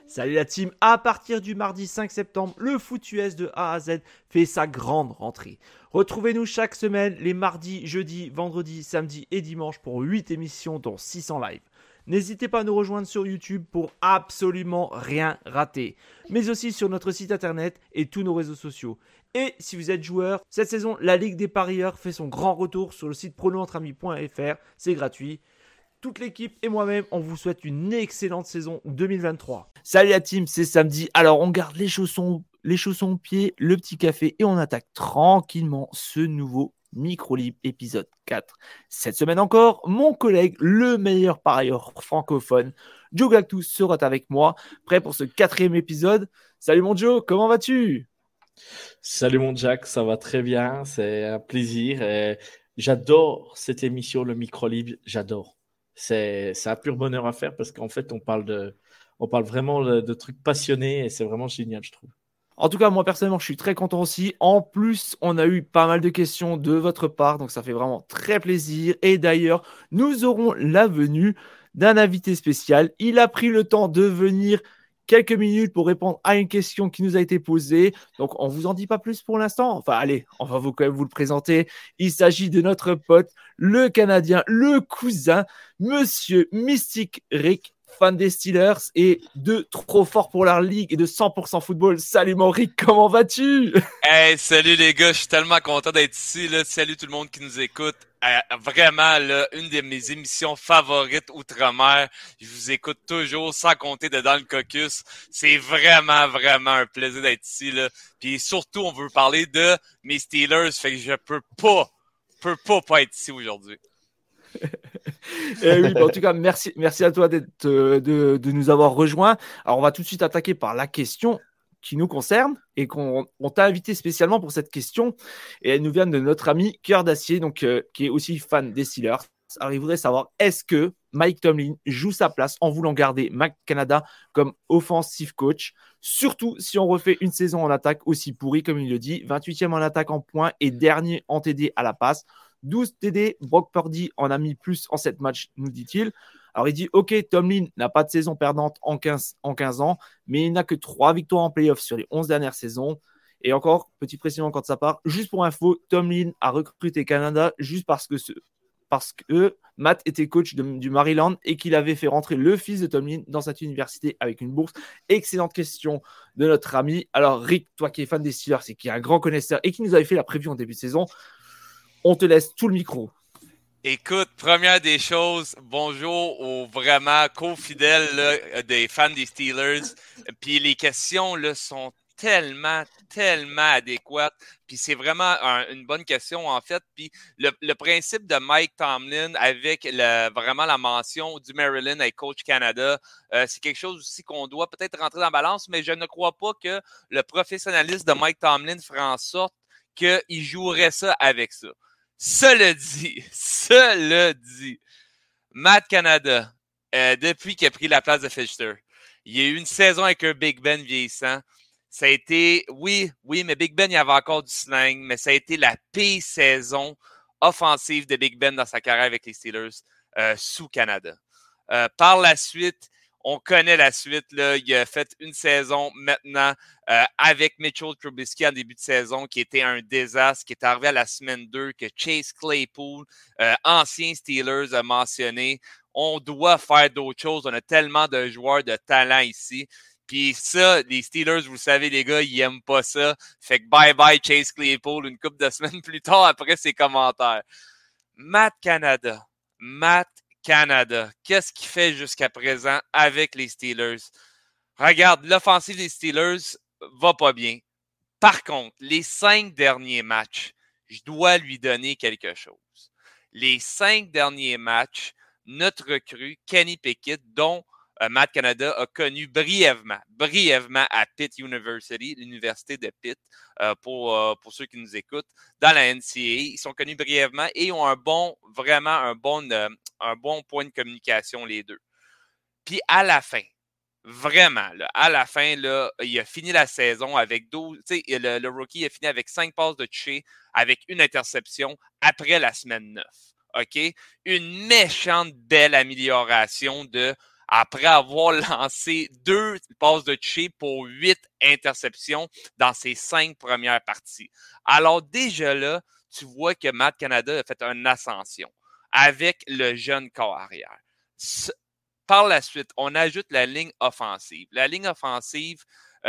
Salut la team, à partir du mardi 5 septembre, le foot US de A à Z fait sa grande rentrée. Retrouvez-nous chaque semaine les mardis, jeudis, vendredis, samedis et dimanches pour 8 émissions dont 600 live. N'hésitez pas à nous rejoindre sur YouTube pour absolument rien rater, mais aussi sur notre site internet et tous nos réseaux sociaux. Et si vous êtes joueur, cette saison, la Ligue des parieurs fait son grand retour sur le site pronoentrami.fr, c'est gratuit. Toute l'équipe et moi-même, on vous souhaite une excellente saison 2023. Salut la team, c'est samedi. Alors on garde les chaussons aux pieds, le petit café et on attaque tranquillement ce nouveau Micro Libre épisode 4. Cette semaine encore, mon collègue, le meilleur parieur francophone, Joe Galactus sera avec moi, prêt pour ce 4e épisode. Salut mon Joe, comment vas-tu ? Salut mon Jack, ça va très bien, c'est un plaisir. Et j'adore cette émission, le Micro Libre, j'adore. C'est un pur bonheur à faire parce qu'en fait, on parle vraiment de trucs passionnés et c'est vraiment génial, je trouve. En tout cas, moi personnellement, je suis très content aussi. En plus, on a eu pas mal de questions de votre part, donc ça fait vraiment très plaisir. Et d'ailleurs, nous aurons la venue d'un invité spécial. Il a pris le temps de venir quelques minutes pour répondre à une question qui nous a été posée. Donc, on vous en dit pas plus pour l'instant. Enfin, allez, on va quand même vous le présenter. Il s'agit de notre pote, le Canadien, le cousin, Monsieur Mystic Rick, fan des Steelers et de trop fort pour la ligue et de 100% football. Salut mon Rick, comment vas-tu? Hey, salut les gars, je suis tellement content d'être ici. Là. Salut tout le monde qui nous écoute. Vraiment, là, une de mes émissions favorites outre-mer. Je vous écoute toujours sans compter de Dans le Caucus. C'est vraiment, vraiment un plaisir d'être ici. Là. Puis surtout, on veut parler de mes Steelers, fait que je peux pas être ici aujourd'hui. Oui, en tout cas, merci à toi de nous avoir rejoints. Alors, on va tout de suite attaquer par la question qui nous concerne et qu'on t'a invité spécialement pour cette question. Et elle nous vient de notre ami Cœur d'Acier, donc, qui est aussi fan des Steelers. Alors, il voudrait savoir, est-ce que Mike Tomlin joue sa place en voulant garder Matt Canada comme offensive coach, surtout si on refait une saison en attaque aussi pourrie, comme il le dit, 28e en attaque en points et dernier en TD à la passe. 12 TD, Brock Purdy en a mis plus en 7 matchs, nous dit-il. Alors il dit, ok, Tomlin n'a pas de saison perdante en 15 ans, mais il n'a que 3 victoires en playoff sur les 11 dernières saisons. Et encore, petite précision quand ça part, juste pour info, Tomlin a recruté Canada juste parce que Matt était coach du Maryland et qu'il avait fait rentrer le fils de Tomlin dans cette université avec une bourse. Excellente question de notre ami. Alors Rick, toi qui es fan des Steelers et qui est un grand connaisseur et qui nous avait fait la preview en début de saison, on te laisse tout le micro. Écoute, première des choses, bonjour aux vraiment co-fidèles là, des fans des Steelers. Puis les questions là, sont tellement adéquates. Puis c'est vraiment une bonne question en fait. Puis le principe de Mike Tomlin avec vraiment la mention du Maryland avec Coach Canada, c'est quelque chose aussi qu'on doit peut-être rentrer dans la balance, mais je ne crois pas que le professionnalisme de Mike Tomlin ferait en sorte qu'il jouerait ça avec ça. Cela dit, Matt Canada, depuis qu'il a pris la place de Fisher, il y a eu une saison avec un Big Ben vieillissant. Ça a été, oui, mais Big Ben, il avait encore du slang, mais ça a été la pire saison offensive de Big Ben dans sa carrière avec les Steelers sous Canada. Par la suite, on connaît la suite. Là. Il a fait une saison maintenant avec Mitchell Trubisky en début de saison qui était un désastre, qui est arrivé à la semaine 2, que Chase Claypool, ancien Steelers, a mentionné. On doit faire d'autres choses. On a tellement de joueurs de talent ici. Puis ça, les Steelers, vous le savez, les gars, ils aiment pas ça. Fait que bye-bye Chase Claypool une couple de semaines plus tard après ses commentaires. Matt Canada, qu'est-ce qu'il fait jusqu'à présent avec les Steelers? Regarde, l'offensive des Steelers va pas bien. Par contre, les 5 derniers matchs, je dois lui donner quelque chose. Les 5 derniers matchs, notre recrue, Kenny Pickett, dont Matt Canada a connu brièvement à Pitt University, l'université de Pitt, pour ceux qui nous écoutent, dans la NCAA. Ils sont connus brièvement et ont un bon point de communication, les deux. Puis à la fin, vraiment, là, il a fini la saison avec 12. Tu sais, le rookie a fini avec 5 passes de toucher, avec une interception après la semaine 9. OK? Une méchante belle amélioration de après avoir lancé 2 passes de toucher pour 8 interceptions dans ses 5 premières parties. Alors déjà là, tu vois que Matt Canada a fait une ascension avec le jeune corps arrière. Par la suite, on ajoute la ligne offensive. La ligne offensive,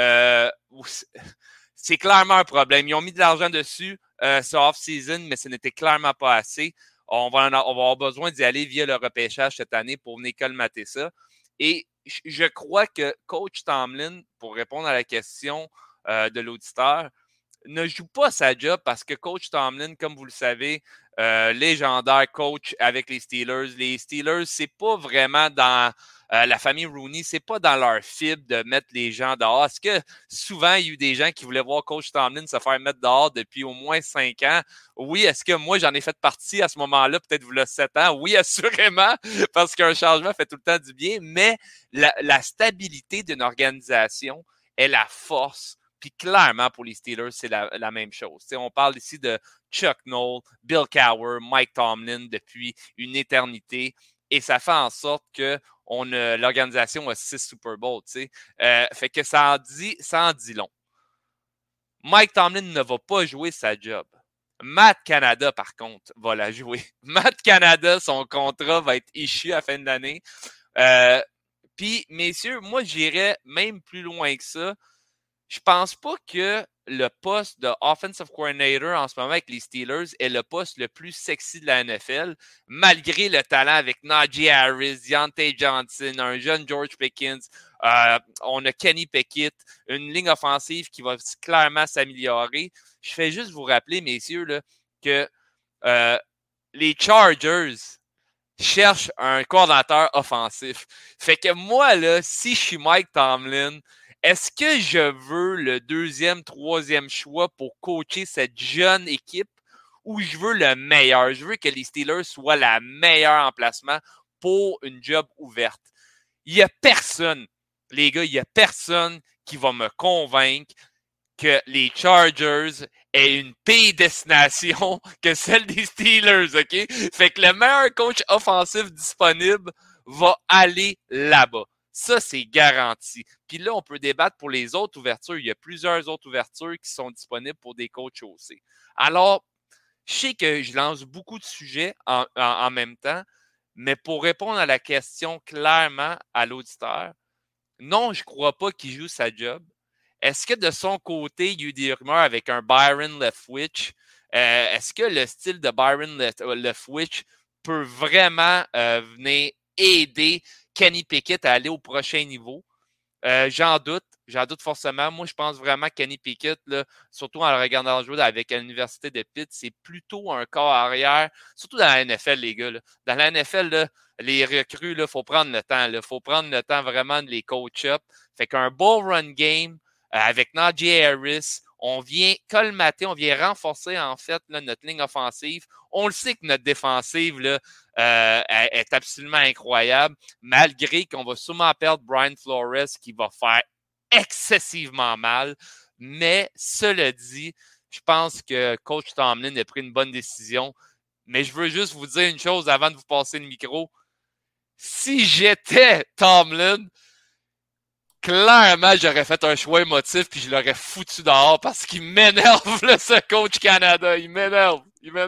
c'est clairement un problème. Ils ont mis de l'argent dessus ce off-season, mais ce n'était clairement pas assez. On va avoir besoin d'y aller via le repêchage cette année pour venir colmater ça. Et je crois que Coach Tomlin, pour répondre à la question de l'auditeur, ne joue pas sa job parce que Coach Tomlin, comme vous le savez, légendaire coach avec les Steelers. Les Steelers, c'est pas vraiment dans la famille Rooney, c'est pas dans leur fibre de mettre les gens dehors. Est-ce que souvent, il y a eu des gens qui voulaient voir Coach Tomlin se faire mettre dehors depuis au moins 5 ans? Oui, est-ce que moi, j'en ai fait partie à ce moment-là, peut-être vous le 7 ans? Oui, assurément, parce qu'un changement fait tout le temps du bien, mais la stabilité d'une organisation est la force. Puis clairement, pour les Steelers, c'est la même chose. T'sais, on parle ici de Chuck Noll, Bill Cowher, Mike Tomlin depuis une éternité. Et ça fait en sorte que l'organisation a 6 Super Bowls. Fait que ça en dit long. Mike Tomlin ne va pas jouer sa job. Matt Canada, par contre, va la jouer. Matt Canada, son contrat va être issu à la fin de l'année. Puis, messieurs, moi, j'irais même plus loin que ça. Je pense pas que le poste de offensive coordinator en ce moment avec les Steelers est le poste le plus sexy de la NFL, malgré le talent avec Najee Harris, Deontay Johnson, un jeune George Pickens. On a Kenny Pickett, une ligne offensive qui va clairement s'améliorer. Je fais juste vous rappeler, messieurs, là, que les Chargers cherchent un coordinateur offensif. Fait que moi, là, si je suis Mike Tomlin, est-ce que je veux le 2e, 3e choix pour coacher cette jeune équipe ou je veux le meilleur? Je veux que les Steelers soient la meilleure emplacement pour une job ouverte. Il n'y a personne, les gars, il n'y a personne qui va me convaincre que les Chargers aient une pire destination que celle des Steelers, OK? Fait que le meilleur coach offensif disponible va aller là-bas. Ça, c'est garanti. Puis là, on peut débattre pour les autres ouvertures. Il y a plusieurs autres ouvertures qui sont disponibles pour des coachs aussi. Alors, je sais que je lance beaucoup de sujets en même temps, mais pour répondre à la question clairement à l'auditeur, non, je ne crois pas qu'il joue sa job. Est-ce que de son côté, il y a eu des rumeurs avec un Byron Leftwich? Est-ce que le style de Byron Leftwich peut vraiment venir aider Kenny Pickett à aller au prochain niveau? J'en doute forcément. Moi, je pense vraiment que Kenny Pickett, là, surtout en le regardant jouer avec l'Université de Pitt, c'est plutôt un corps arrière, surtout dans la NFL, les gars. Là. Dans la NFL, là, les recrues, il faut prendre le temps. Il faut prendre le temps vraiment de les coach up. Fait qu'un beau run game avec Najee Harris, on vient colmater, on vient renforcer en fait là, notre ligne offensive. On le sait que notre défensive là, est absolument incroyable, malgré qu'on va sûrement perdre Brian Flores qui va faire excessivement mal. Mais cela dit, je pense que Coach Tomlin a pris une bonne décision. Mais je veux juste vous dire une chose avant de vous passer le micro. Si j'étais Tomlin, clairement, j'aurais fait un choix émotif puis je l'aurais foutu dehors parce qu'il m'énerve, là, ce coach Canada. Il m'énerve.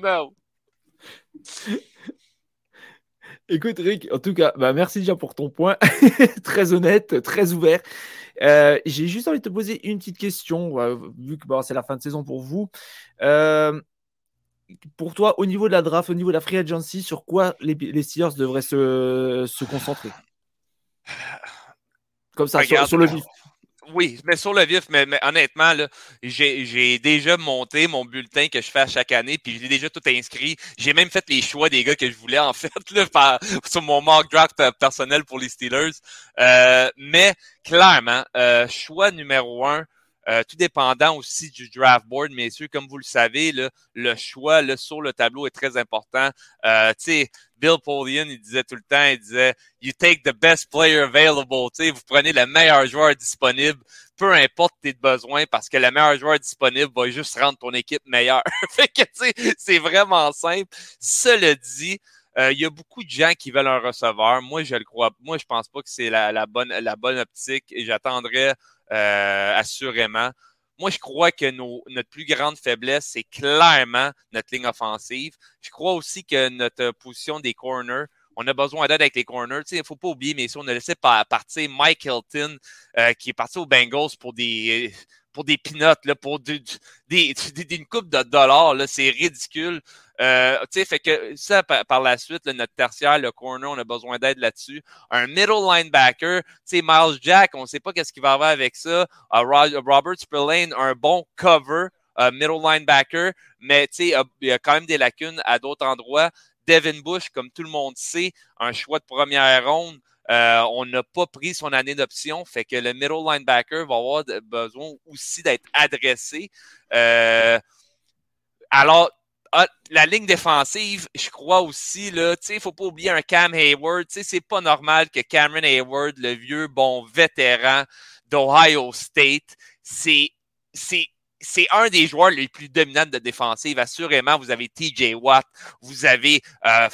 Écoute, Rick, en tout cas, merci déjà pour ton point. Très honnête, très ouvert. J'ai juste envie de te poser une petite question, vu que c'est la fin de saison pour vous. Pour toi, au niveau de la draft, au niveau de la free agency, sur quoi les Steelers devraient se concentrer? Comme ça, sur le vif. Oui, mais sur le vif, mais honnêtement, là, j'ai déjà monté mon bulletin que je fais à chaque année, puis je l'ai déjà tout inscrit. J'ai même fait les choix des gars que je voulais, en fait, là, sur mon mock draft personnel pour les Steelers. Mais clairement, choix numéro 1, tout dépendant aussi du draft board, messieurs, comme vous le savez, là, le choix là, sur le tableau est très important. Tu sais, Bill Polian, il disait tout le temps, il disait « You take the best player available ». Tu sais, vous prenez le meilleur joueur disponible, peu importe tes besoins, parce que le meilleur joueur disponible va juste rendre ton équipe meilleure. Fait que, tu sais, c'est vraiment simple. Cela dit, Il y a beaucoup de gens qui veulent un receveur. Moi, je le crois. Moi, je pense pas que c'est la bonne optique et j'attendrai assurément. Moi, je crois que notre plus grande faiblesse, c'est clairement notre ligne offensive. Je crois aussi que notre position des corners, on a besoin d'aide avec les corners. Il ne faut pas oublier, mais si on a laissé partir Mike Hilton, qui est parti aux Bengals pour des peanuts, là, pour une coupe de dollars, là, c'est ridicule. Fait que ça, par la suite, là, notre tertiaire, le corner, on a besoin d'aide là-dessus. Un middle linebacker, Miles Jack, on ne sait pas qu'est-ce qu'il va avoir avec ça. Robert Spillane, un bon cover, middle linebacker, mais il y a quand même des lacunes à d'autres endroits. Devin Bush, comme tout le monde sait, un choix de première ronde. On n'a pas pris son année d'option, fait que le middle linebacker va avoir besoin aussi d'être adressé. Alors, la ligne défensive, je crois aussi, là, il ne faut pas oublier un Cam Hayward. C'est pas normal que Cameron Hayward, le vieux bon vétéran d'Ohio State, c'est un des joueurs les plus dominants de défensive. Assurément, vous avez TJ Watt, vous avez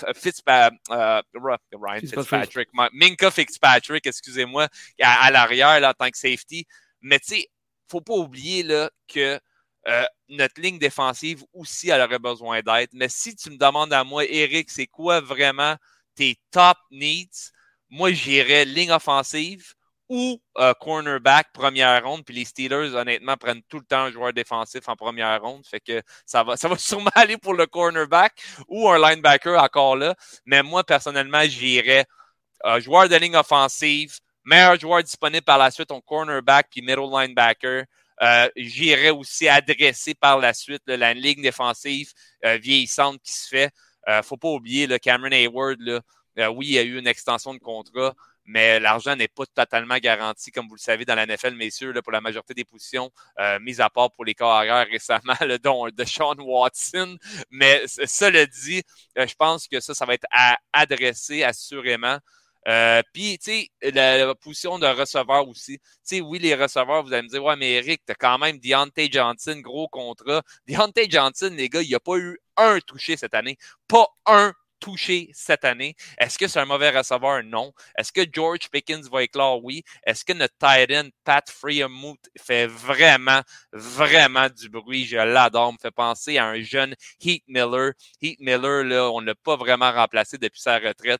Minkah Fitzpatrick, excusez-moi, à l'arrière là, en tant que safety. Mais tu sais, faut pas oublier là, que notre ligne défensive aussi, elle aurait besoin d'aide. Mais si tu me demandes à moi, Eric, c'est quoi vraiment tes top needs? Moi, j'irais ligne offensive ou cornerback première ronde. Puis les Steelers, honnêtement, prennent tout le temps un joueur défensif en première ronde. Fait que ça va sûrement aller pour le cornerback ou un linebacker encore là. Mais moi, personnellement, j'irais joueur de ligne offensive, meilleur joueur disponible par la suite, ton cornerback puis middle linebacker. J'irais aussi adresser par la suite là, la ligne défensive vieillissante qui se fait. Faut pas oublier là, Cameron Hayward, là, oui, il y a eu une extension de contrat, mais l'argent n'est pas totalement garanti, comme vous le savez, dans la NFL, messieurs, là, pour la majorité des positions, mis à part pour les carrières récemment, là, dont Deshaun Watson. Mais cela dit, je pense que ça va être adressé assurément. Puis, tu sais, la position de receveur aussi. Tu sais, oui, les receveurs, vous allez me dire, ouais, mais Eric, t'as quand même Deontay Johnson, gros contrat. Deontay Johnson, les gars, il n'a pas eu un touché cette année. Pas un touché cette année. Est-ce que c'est un mauvais receveur? Non. Est-ce que George Pickens va éclore? Oui. Est-ce que notre tight end, Pat Freiermuth, fait vraiment, vraiment du bruit? Je l'adore. Me fait penser à un jeune Heath Miller. Heath Miller, là, on ne l'a pas vraiment remplacé depuis sa retraite.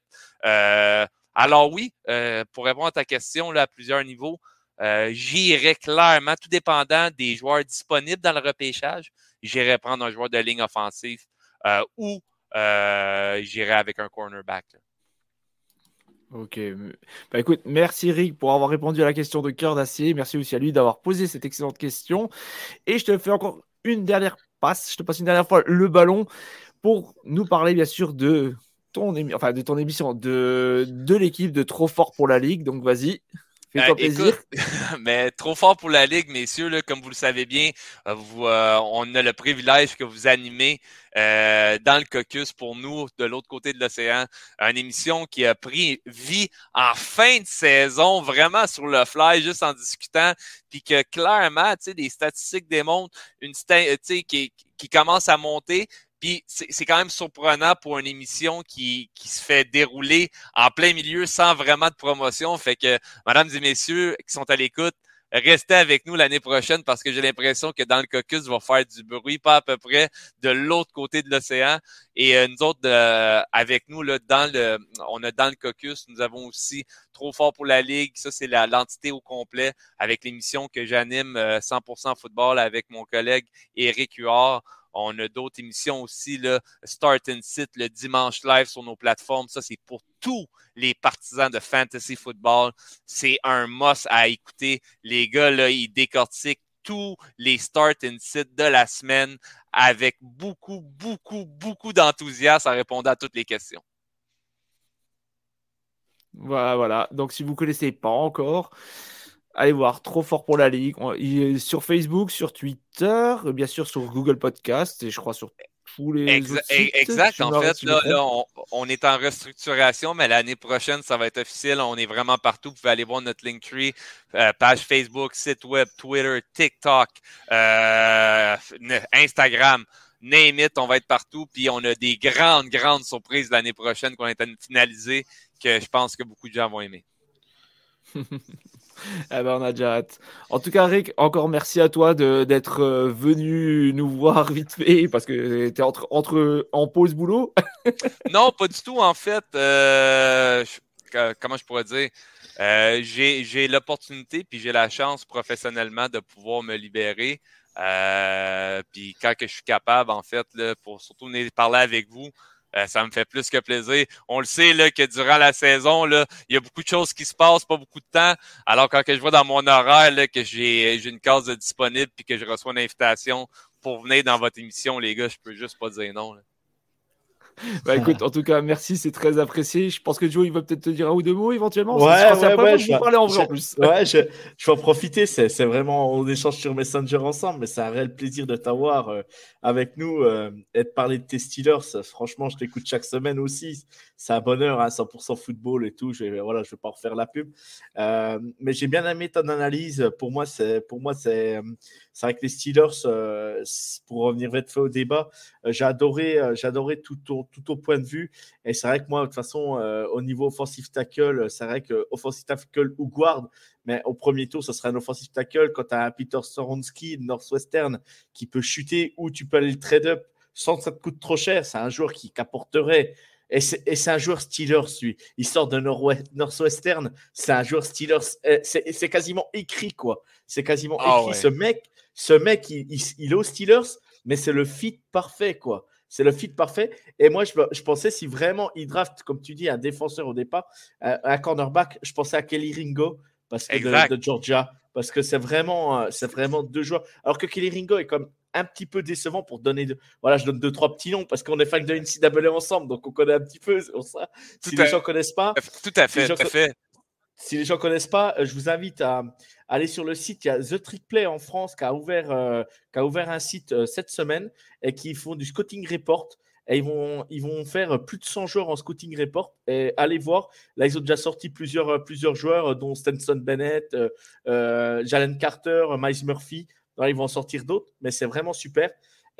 Alors oui, pour répondre à ta question là, à plusieurs niveaux, j'irais clairement, tout dépendant des joueurs disponibles dans le repêchage, j'irais prendre un joueur de ligne offensive ou j'irais avec un cornerback. Là. Ok. Bah, écoute, merci Rick pour avoir répondu à la question de Cœur d'Acier. Merci aussi à lui d'avoir posé cette excellente question. Et je te fais encore une dernière passe. Je te passe une dernière fois le ballon pour nous parler bien sûr de ton émission, de l'équipe de Trop Fort pour la Ligue. Donc vas-y, fais-toi plaisir. Écoute, mais Trop Fort pour la Ligue, messieurs, là, comme vous le savez bien, on a le privilège que vous animez dans le caucus pour nous, de l'autre côté de l'océan. Une émission qui a pris vie en fin de saison, vraiment sur le fly, juste en discutant, puis que clairement, tu sais, les statistiques démontrent qui commence à monter. Puis c'est quand même surprenant pour une émission qui se fait dérouler en plein milieu sans vraiment de promotion. Fait que, mesdames et messieurs qui sont à l'écoute, restez avec nous l'année prochaine parce que j'ai l'impression que dans le caucus, va faire du bruit, pas à peu près de l'autre côté de l'océan. Et nous autres, avec nous, là, on a dans le caucus, nous avons aussi Trop Fort pour la Ligue. Ça, c'est l'entité au complet avec l'émission que j'anime 100% football avec mon collègue Éric Huard. On a d'autres émissions aussi, là, Start and Sit le dimanche live sur nos plateformes. Ça, c'est pour tous les partisans de fantasy football. C'est un must à écouter. Les gars, là, ils décortiquent tous les Start and Sit de la semaine avec beaucoup, beaucoup, beaucoup d'enthousiasme en répondant à toutes les questions. Voilà. Donc, si vous ne connaissez pas encore, allez voir Trop Fort pour la Ligue. Il est sur Facebook, sur Twitter, bien sûr sur Google Podcast et je crois sur tous les autres sites. Exact. En fait, là, on est en restructuration, mais l'année prochaine, ça va être officiel. On est vraiment partout. Vous pouvez aller voir notre Linktree, page Facebook, site web, Twitter, TikTok, Instagram. name it, on va être partout. Puis on a des grandes surprises l'année prochaine qu'on est à finaliser que je pense que beaucoup de gens vont aimer. Eh ben, on a déjà hâte. En tout cas, Rick, encore merci à toi d'être venu nous voir vite fait parce que tu es en pause boulot. Non, pas du tout, en fait. Comment je pourrais dire? J'ai l'opportunité puis j'ai la chance professionnellement de pouvoir me libérer. Puis quand que je suis capable, en fait, là, pour surtout venir parler avec vous, ça me fait plus que plaisir. On le sait là, que durant la saison, là, il y a beaucoup de choses qui se passent, pas beaucoup de temps. Alors quand que je vois dans mon horaire là, que j'ai une case de disponible puis que je reçois une invitation pour venir dans votre émission, les gars, je peux juste pas dire non. Là. Bah écoute, en tout cas, merci, c'est très apprécié. Je pense que Joe, il va peut-être te dire un ou deux mots éventuellement. Ouais, c'est la première fois que vous parlez en vrai en plus. Ouais, je vais en profiter. C'est vraiment, on échange sur Messenger ensemble, mais c'est un réel plaisir de t'avoir avec nous et de parler de tes Steelers. Franchement, je t'écoute chaque semaine aussi. C'est un bonheur, hein, 100% football et tout. Je vais pas refaire la pub. Mais j'ai bien aimé ton analyse. Pour moi, c'est vrai que les Steelers, pour revenir vite fait au débat, j'ai adoré tout ton point de vue. Et c'est vrai que moi, de toute façon, au niveau offensive tackle, c'est vrai que offensive tackle ou guard, mais au premier tour, ce serait un offensive tackle quand tu as un Peter Soronsky de Northwestern qui peut chuter ou tu peux aller le trade-up sans que ça te coûte trop cher. C'est un joueur qui apporterait. Et c'est un joueur Steelers, lui. Il sort de Northwestern. C'est un joueur Steelers. C'est quasiment écrit, quoi. C'est quasiment écrit. Ouais. Ce mec, il est aux Steelers, mais c'est le fit parfait, quoi. C'est le fit parfait. Et moi, je pensais si vraiment il draft, comme tu dis, un défenseur au départ, un cornerback, je pensais à Kelly Ringo parce que de Georgia. Parce que c'est vraiment deux joueurs. Alors que Kelly Ringo est comme un petit peu décevant pour donner je donne 2-3 petits noms parce qu'on est fan de NCAA ensemble, donc on connaît un petit peu, c'est pour ça. Les gens connaissent pas. Tout à fait, Si les gens connaissent pas, je vous invite à aller sur le site. Il y a The Trick Play en France qui a ouvert un site cette semaine et qui font du scouting report. Et ils vont faire plus de 100 joueurs en scouting report. Et allez voir. Là, ils ont déjà sorti plusieurs joueurs, dont Stenson Bennett, Jalen Carter, Miles Murphy. Là, ils vont en sortir d'autres, mais c'est vraiment super.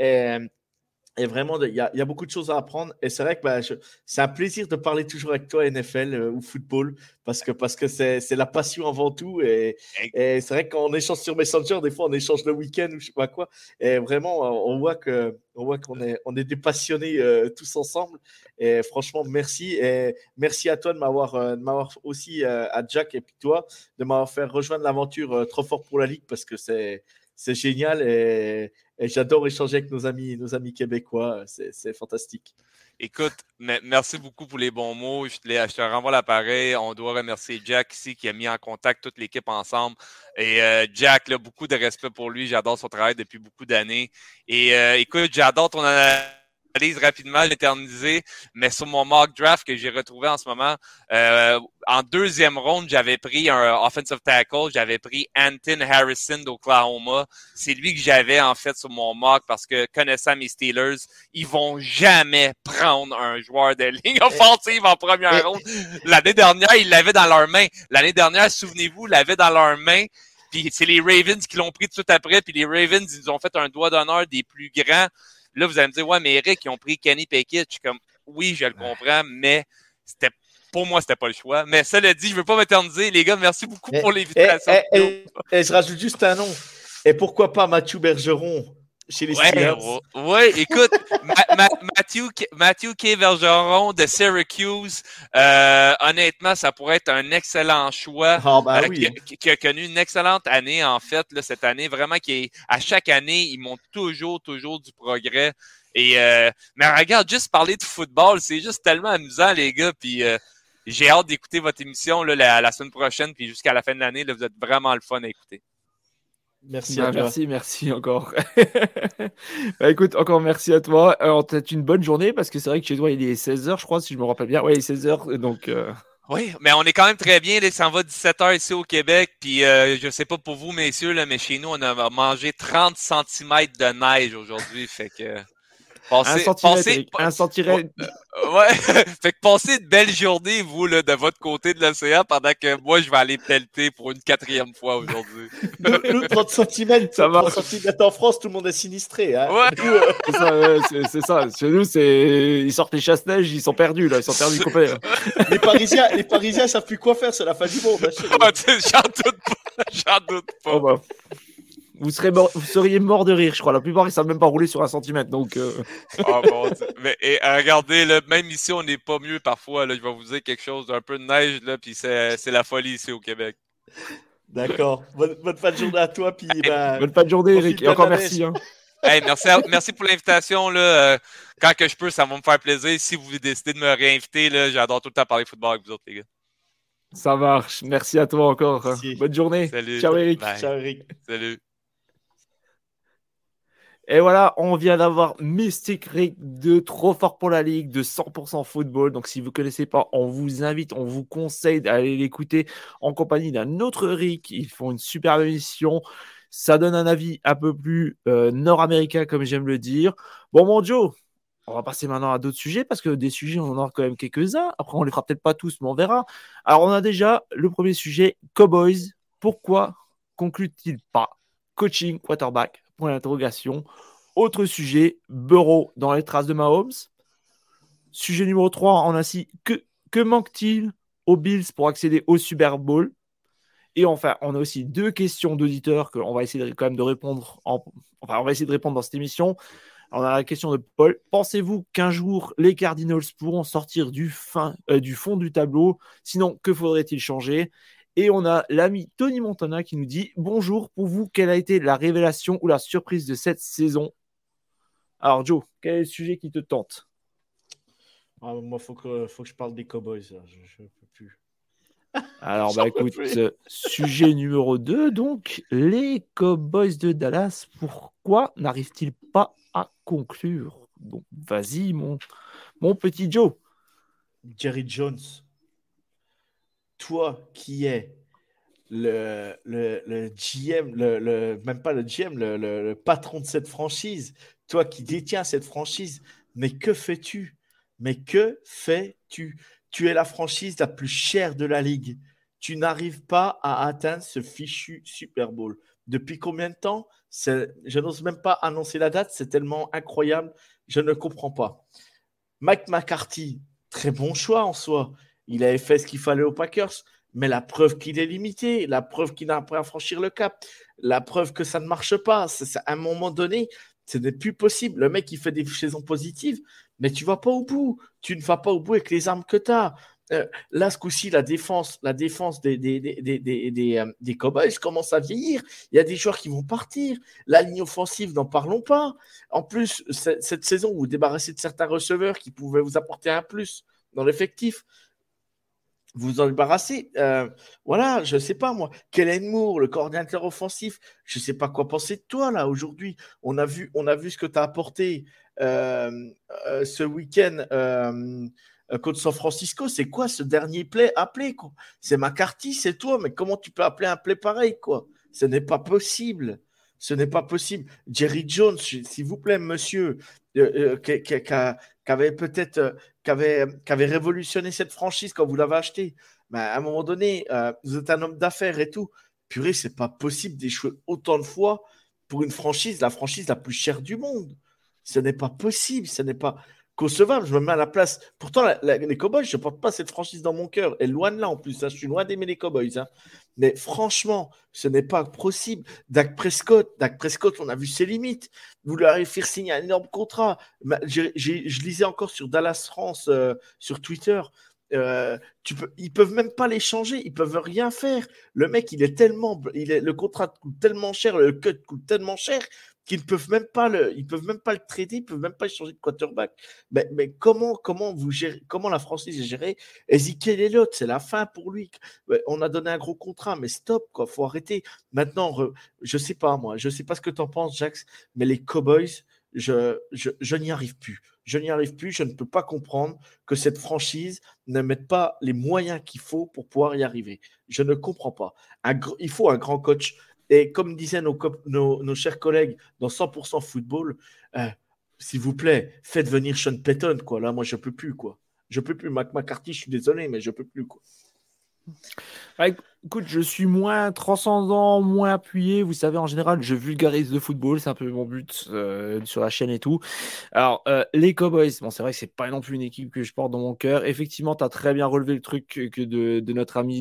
Et vraiment, il y a beaucoup de choses à apprendre. Et c'est vrai que c'est un plaisir de parler toujours avec toi NFL ou football parce que c'est la passion avant tout. Et c'est vrai qu'on échange sur Messenger, des fois on échange le week-end ou je sais pas quoi. Et vraiment, on voit qu'on est des passionnés tous ensemble. Et franchement, merci. Et merci à toi de m'avoir aussi, à Jack et puis toi, de m'avoir fait rejoindre l'aventure Trop Fort pour la Ligue parce que c'est génial et j'adore échanger avec nos amis québécois. C'est fantastique. Écoute, merci beaucoup pour les bons mots. Je te renvoie l'appareil. On doit remercier Jack ici qui a mis en contact toute l'équipe ensemble. Et Jack, là, beaucoup de respect pour lui. J'adore son travail depuis beaucoup d'années. Et écoute, j'adore ton analyse rapidement, l'éterniser, mais sur mon mock draft que j'ai retrouvé en ce moment, en deuxième ronde, j'avais pris un offensive tackle, j'avais pris Anton Harrison d'Oklahoma. C'est lui que j'avais en fait sur mon mock parce que connaissant mes Steelers, ils vont jamais prendre un joueur de ligne offensive en première ronde. L'année dernière, ils l'avaient dans leurs mains. L'année dernière, souvenez-vous, ils l'avaient dans leurs mains. Puis c'est les Ravens qui l'ont pris tout de suite après. Puis les Ravens, ils nous ont fait un doigt d'honneur des plus grands. Là, vous allez me dire, ouais, mais Eric, ils ont pris Kenny Pickett. Je suis comme, oui, je le comprends, mais pour moi, c'était pas le choix. Mais cela dit, je veux pas m'éterniser. Les gars, merci beaucoup pour l'invitation. Et je rajoute juste un nom. Et pourquoi pas Mathieu Bergeron chez les Steelers? Ouais, écoute, Matthew K. Bergeron de Syracuse, honnêtement, ça pourrait être un excellent choix. Qui a connu une excellente année, en fait, là, cette année. Vraiment, à chaque année, ils montrent toujours du progrès. Et mais regarde, juste parler de football, c'est juste tellement amusant, les gars. Puis j'ai hâte d'écouter votre émission là, la semaine prochaine, puis jusqu'à la fin de l'année. Là, vous êtes vraiment le fun à écouter. Merci à toi. Merci encore. Écoute, encore merci à toi. Peut-être une bonne journée parce que c'est vrai que chez toi, il est 16h, je crois, si je me rappelle bien. Oui, il est 16h, donc... Oui, mais on est quand même très bien. Là, ça en va 17h ici au Québec. Puis je sais pas pour vous, messieurs, là, mais chez nous, on a mangé 30 cm de neige aujourd'hui. Fait que... Un centimètre, Eric. Un centimètre. Ouais. Fait que passez une belle journée, vous, là, de votre côté de l'océan, pendant que moi, je vais aller pelleter pour une 4e fois aujourd'hui. Nous, 30 cm, Ça va. 30 cm en France, tout le monde est sinistré. Hein. Ouais. C'est ça, ouais, c'est ça. Chez nous, ils sortent les chasse-neige, ils sont perdus, là. Ils sont perdus complets. Là. Les Parisiens savent plus quoi faire, c'est la fin du monde. Hein, Ah, j'en doute pas. Oh, bah. Vous seriez mort de rire, je crois. La plupart, ils savent même pas rouler sur un centimètre. Donc, Ah bon, mais regardez, là, même ici, on n'est pas mieux parfois. Là, je vais vous dire quelque chose d'un peu de neige, là, puis c'est la folie ici au Québec. D'accord. Bonne fin de journée à toi. Puis, bonne fin de journée, Eric. Et encore merci. Hein. Hey, merci pour l'invitation. Là. Quand que je peux, ça va me faire plaisir. Si vous décidez de me réinviter, là, j'adore tout le temps parler football avec vous autres, les gars. Ça marche. Merci à toi encore. Merci. Bonne journée. Salut. Ciao, Eric. Bye. Ciao, Eric. Salut. Et voilà, on vient d'avoir Mystic Rick de Trop Fort pour la Ligue, de 100% football. Donc, si vous ne connaissez pas, on vous invite, on vous conseille d'aller l'écouter en compagnie d'un autre Rick. Ils font une superbe émission. Ça donne un avis un peu plus nord-américain, comme j'aime le dire. Bon, mon Joe, on va passer maintenant à d'autres sujets parce que des sujets, on en a quand même quelques-uns. Après, on les fera peut-être pas tous, mais on verra. Alors, on a déjà le premier sujet, Cowboys. Pourquoi conclut-il pas coaching quarterback? Point d'interrogation. Autre sujet, Burrow dans les traces de Mahomes. Sujet numéro 3, on a ainsi que manque-t-il aux Bills pour accéder au Super Bowl? Et enfin, on a aussi 2 questions d'auditeurs qu'on va essayer quand même de répondre. On va essayer de répondre dans cette émission. On a la question de Paul. Pensez-vous qu'un jour, les Cardinals pourront sortir du fond du tableau? Sinon, que faudrait-il changer? Et on a l'ami Tony Montana qui nous dit « Bonjour, pour vous, quelle a été la révélation ou la surprise de cette saison ?» Alors Joe, quel est le sujet qui te tente? Moi, faut que je parle des Cowboys. Je ne peux plus. Alors, écoute, sujet numéro 2, donc, les Cowboys de Dallas, pourquoi n'arrivent-ils pas à conclure? Donc, vas-y, mon petit Joe. Jerry Jones, toi qui es le GM, même pas le GM, le patron de cette franchise, toi qui détiens cette franchise, mais que fais-tu? Tu es la franchise la plus chère de la ligue. Tu n'arrives pas à atteindre ce fichu Super Bowl. Depuis combien de temps? Je n'ose même pas annoncer la date, c'est tellement incroyable, je ne comprends pas. Mike McCarthy, très bon choix en soi. Il avait fait ce qu'il fallait aux Packers, mais la preuve qu'il est limité, la preuve qu'il n'a pas à franchir le cap, la preuve que ça ne marche pas, à un moment donné, ce n'est plus possible. Le mec, il fait des saisons positives, mais tu ne vas pas au bout. Tu ne vas pas au bout avec les armes que tu as. Là, ce coup-ci, la défense des Cowboys commence à vieillir. Il y a des joueurs qui vont partir. La ligne offensive, n'en parlons pas. En plus, cette saison, vous vous débarrassez de certains receveurs qui pouvaient vous apporter un plus dans l'effectif. Vous en débarrassez. Voilà, je ne sais pas moi. Kellen Moore, le coordinateur offensif, je ne sais pas quoi penser de toi là aujourd'hui. On a vu ce que tu as apporté ce week-end contre San Francisco. C'est quoi ce dernier play appelé quoi? C'est McCarthy, c'est toi, mais comment tu peux appeler un play pareil quoi? Ce n'est pas possible. Ce n'est pas possible. Jerry Jones, s'il vous plaît, monsieur, qui avait peut-être qui avait révolutionné cette franchise quand vous l'avez acheté. Mais à un moment donné, vous êtes un homme d'affaires et tout. Purée, c'est pas possible d'échouer autant de fois pour une franchise, la franchise la plus chère du monde. Ce n'est pas possible, ce n'est pas concevable. Je me mets à la place. Pourtant, les Cowboys, je ne porte pas cette franchise dans mon cœur. Et loin de là en plus, hein, je suis loin d'aimer les Cowboys. Hein. Mais franchement, ce n'est pas possible. Dak Prescott, on a vu ses limites. Vous lui avez fait signer un énorme contrat. Je lisais encore sur Dallas France, sur Twitter. Ils peuvent même pas l'échanger, ils peuvent rien faire. Le mec, le contrat coûte tellement cher, le cut coûte tellement cher qu'ils ne peuvent même pas le trader, ils peuvent même pas échanger de quarterback. Mais comment vous gérez, comment la franchise est gérée? Ezekiel Elliott, c'est la fin pour lui. On a donné un gros contrat, mais stop, quoi, faut arrêter. Maintenant, je sais pas ce que tu en penses, Jax, mais les Cowboys, je n'y arrive plus. Je ne peux pas comprendre que cette franchise ne mette pas les moyens qu'il faut pour pouvoir y arriver. Je ne comprends pas. Il faut un grand coach. Et comme disaient nos chers collègues dans 100% football, s'il vous plaît, faites venir Sean Payton, quoi. Là, moi, je peux plus, quoi. Je peux plus. McCarthy, je suis désolé, mais je peux plus, quoi. Ouais, écoute, je suis moins transcendant, moins appuyé. Vous savez, en général, je vulgarise le football, c'est un peu mon but sur la chaîne et tout. Alors, les Cowboys, bon, c'est vrai que c'est pas non plus une équipe que je porte dans mon cœur. Effectivement, tu as très bien relevé le truc que de notre ami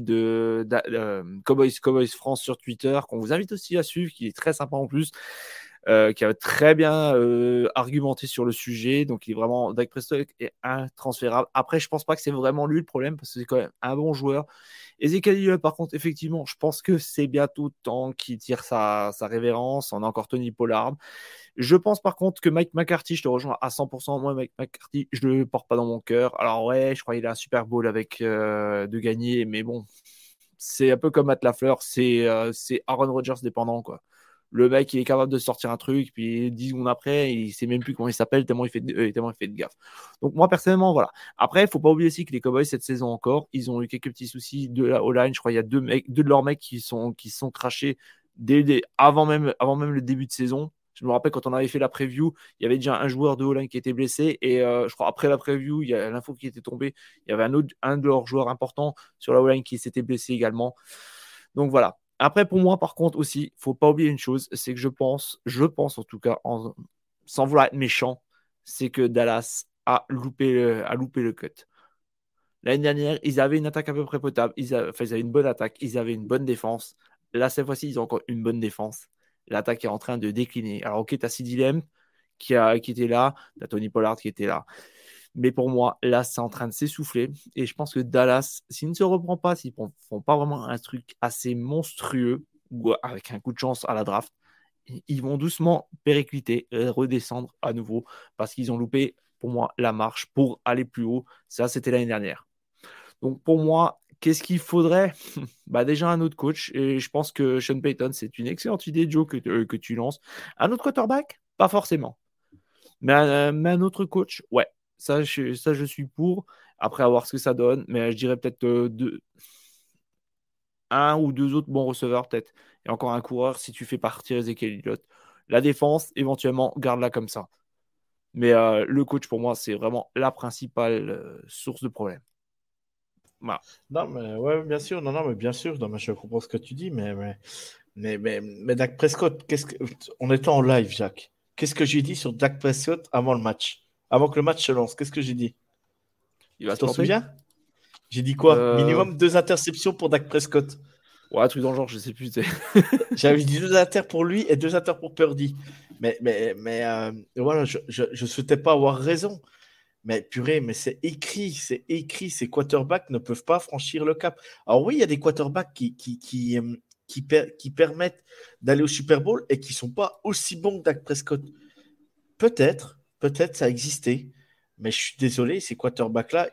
Cowboys France sur Twitter, qu'on vous invite aussi à suivre, qui est très sympa en plus. Qui a très bien argumenté sur le sujet. Donc, il est vraiment, Dak Prescott est intransférable. Après, je pense pas que c'est vraiment lui le problème parce que c'est quand même un bon joueur. Ezekiel Elliott, par contre, effectivement, je pense que c'est bientôt temps qu'il tire sa révérence. On a encore Tony Pollard. Je pense par contre que Mike McCarthy, je te rejoins à 100%. Moi, Mike McCarthy, je le porte pas dans mon cœur. Alors, ouais, je crois qu'il a un Super Bowl avec de gagner, mais bon, c'est un peu comme Matt LaFleur, c'est Aaron Rodgers dépendant, quoi. Le mec, il est capable de sortir un truc, puis 10 secondes après, il ne sait même plus comment il s'appelle, tellement il fait de gaffe. Donc, moi, personnellement, voilà. Après, il ne faut pas oublier aussi que les Cowboys, cette saison encore, ils ont eu quelques petits soucis de la O-line. Je crois qu'il y a deux de leurs mecs qui sont crachés avant même le début de saison. Je me rappelle quand on avait fait la preview, il y avait déjà un joueur de O-line qui était blessé. Et je crois après la preview, il y a l'info qui était tombée. Il y avait un de leurs joueurs importants sur la O-line qui s'était blessé également. Donc voilà. Après, pour moi, par contre, aussi, il ne faut pas oublier une chose, c'est que je pense en tout cas, sans vouloir être méchant, c'est que Dallas a loupé le cut. L'année dernière, ils avaient une attaque à peu près potable. Ils avaient une bonne attaque. Ils avaient une bonne défense. Là, cette fois-ci, ils ont encore une bonne défense. L'attaque est en train de décliner. Alors, ok, tu as CeeDee Lamb qui était là. Tu as Tony Pollard qui était là. Mais pour moi, là, c'est en train de s'essouffler. Et je pense que Dallas, s'il ne se reprend pas, s'ils ne font pas vraiment un truc assez monstrueux, ou avec un coup de chance à la draft, ils vont doucement péricliter, redescendre à nouveau, parce qu'ils ont loupé, pour moi, la marche pour aller plus haut. Ça, c'était l'année dernière. Donc, pour moi, qu'est-ce qu'il faudrait? Déjà, un autre coach. Et je pense que Sean Payton, c'est une excellente idée, Joe, que tu lances. Un autre quarterback? Pas forcément. Mais un autre coach, ouais. Ça, je suis pour. Après, à voir ce que ça donne. Mais je dirais peut-être un ou deux autres bons receveurs, peut-être. Et encore un coureur si tu fais partir Ezekiel Elliott. La défense, éventuellement, garde-la comme ça. Mais le coach, pour moi, c'est vraiment la principale source de problème. Voilà. Non, mais ouais, bien sûr. Non, non, mais bien sûr. Non, mais je comprends ce que tu dis, mais Dak Prescott, en étant en live, Jacques, qu'est-ce que j'ai dit sur Dak Prescott avant le match? Avant que le match se lance, qu'est-ce que j'ai dit? Il va Tu se t'en planter. souviens? J'ai dit quoi? Minimum 2 interceptions pour Dak Prescott. Ouais, truc dans le genre, je sais plus. J'avais dit 2 inter pour lui et 2 inter pour Purdy. Mais voilà, je souhaitais pas avoir raison. Mais purée, mais c'est écrit. Ces quarterbacks ne peuvent pas franchir le cap. Alors oui, il y a des quarterbacks qui permettent d'aller au Super Bowl et qui sont pas aussi bons que Dak Prescott. Peut-être ça a existé. Mais je suis désolé, ces quarterbacks-là,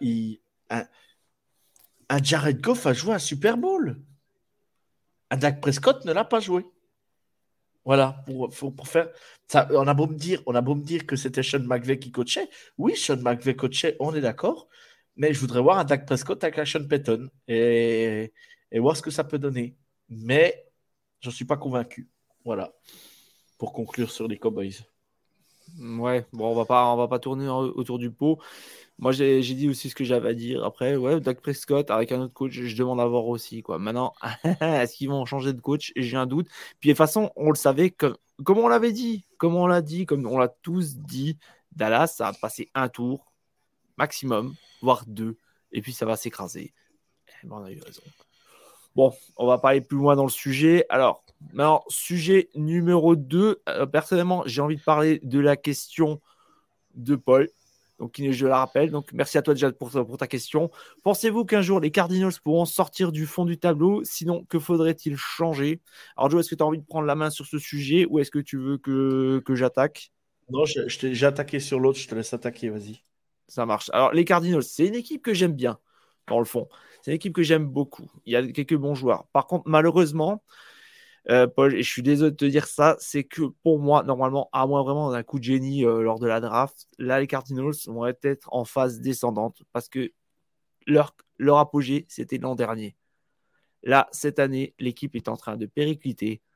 un Jared Goff a joué un Super Bowl. Un Dak Prescott ne l'a pas joué. Voilà, pour faire ça, on a beau me dire que c'était Sean McVay qui coachait. Oui, Sean McVay coachait, on est d'accord. Mais je voudrais voir un Dak Prescott avec un Sean Payton et voir ce que ça peut donner. Mais je ne suis pas convaincu. Voilà, pour conclure sur les Cowboys. Ouais, bon, on va pas tourner autour du pot. Moi, j'ai dit aussi ce que j'avais à dire. Après, ouais, Dak Prescott avec un autre coach, je demande à voir aussi, quoi. Maintenant, est-ce qu'ils vont changer de coach? J'ai un doute. Puis de toute façon, on le savait, comme on l'avait dit, comme on l'a dit, comme on l'a tous dit, Dallas, ça va passer un tour maximum, voire deux, et puis ça va s'écraser. Eh ben, on a eu raison. Bon, on va pas aller plus loin dans le sujet. Alors, maintenant, sujet numéro 2. Personnellement, j'ai envie de parler de la question de Paul. Donc, je la rappelle. Donc, merci à toi déjà pour ta question. Pensez-vous qu'un jour les Cardinals pourront sortir du fond du tableau? Sinon, que faudrait-il changer? Alors, Joe, est-ce que tu as envie de prendre la main sur ce sujet ou est-ce que tu veux que j'attaque? Non, j'ai attaqué sur l'autre, je te laisse attaquer, vas-y. Ça marche. Alors, les Cardinals, c'est une équipe que j'aime bien, dans le fond. C'est une équipe que j'aime beaucoup. Il y a quelques bons joueurs. Par contre, malheureusement, Paul, et je suis désolé de te dire ça, c'est que pour moi, normalement, à moins vraiment d'un coup de génie lors de la draft, là, les Cardinals vont être en phase descendante parce que leur apogée, c'était l'an dernier. Là, cette année, l'équipe est en train de péricliter.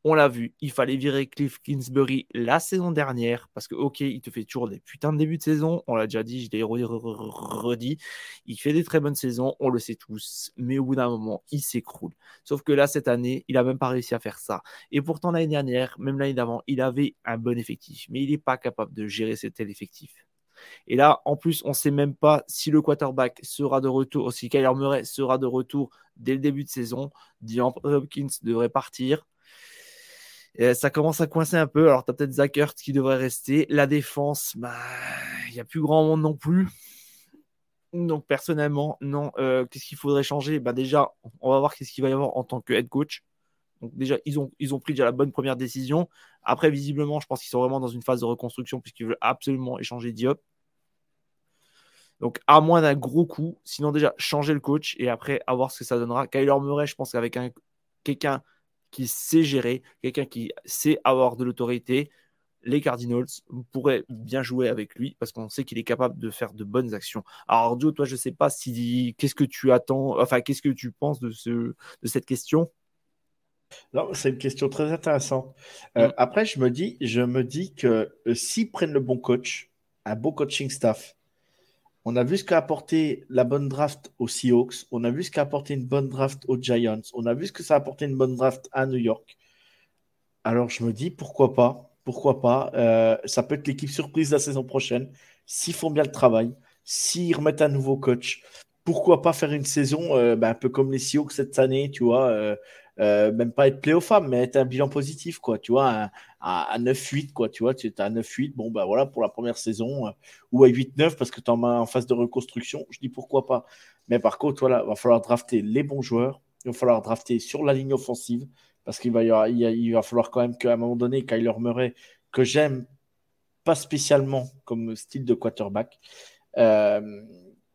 On l'a vu, il fallait virer Cliff Kingsbury la saison dernière parce que, ok, il te fait toujours des putains de débuts de saison. On l'a déjà dit, je l'ai redit. Il fait des très bonnes saisons, on le sait tous. Mais au bout d'un moment, il s'écroule. Sauf que là, cette année, il n'a même pas réussi à faire ça. Et pourtant, l'année dernière, même l'année d'avant, il avait un bon effectif. Mais il n'est pas capable de gérer cet tel effectif. Et là, en plus, on ne sait même pas si le quarterback sera de retour, si Kyler Murray sera de retour dès le début de saison. DeAndre Hopkins devrait partir. Et ça commence à coincer un peu. Alors, tu as peut-être Zach Ertz qui devrait rester. La défense, il n'y a plus grand monde non plus. Donc, personnellement, non. Qu'est-ce qu'il faudrait changer? Déjà, on va voir qu'est-ce qu'il va y avoir en tant que head coach. Donc, déjà, ils ont pris déjà la bonne première décision. Après, visiblement, je pense qu'ils sont vraiment dans une phase de reconstruction puisqu'ils veulent absolument échanger Diop. Donc, à moins d'un gros coup, sinon déjà, changer le coach et après, à voir ce que ça donnera. Kyler Murray, je pense qu'avec quelqu'un qui sait gérer, quelqu'un qui sait avoir de l'autorité, les Cardinals pourraient bien jouer avec lui parce qu'on sait qu'il est capable de faire de bonnes actions. Alors, Joe, toi, je ne sais pas qu'est-ce que tu attends, enfin, qu'est-ce que tu penses de cette question? Non, c'est une question très intéressante. Après, je me dis que s'ils prennent le bon coach, un bon coaching staff, on a vu ce qu'a apporté la bonne draft aux Seahawks, on a vu ce qu'a apporté une bonne draft aux Giants, on a vu ce que ça a apporté une bonne draft à New York. Alors je me dis pourquoi pas, ça peut être l'équipe surprise la saison prochaine, s'ils font bien le travail, s'ils remettent un nouveau coach, pourquoi pas faire une saison un peu comme les Seahawks cette année, tu vois, même pas être playoff, mais être un bilan positif, quoi, tu vois, à 9-8, quoi, tu vois, tu es à 9-8, bon, voilà, pour la première saison, ou à 8-9, parce que tu en phase de reconstruction, je dis pourquoi pas. Mais par contre, voilà, va falloir drafter les bons joueurs, il va falloir drafter sur la ligne offensive, parce il va falloir quand même qu'à un moment donné, Kyler Murray, que j'aime pas spécialement comme style de quarterback, euh,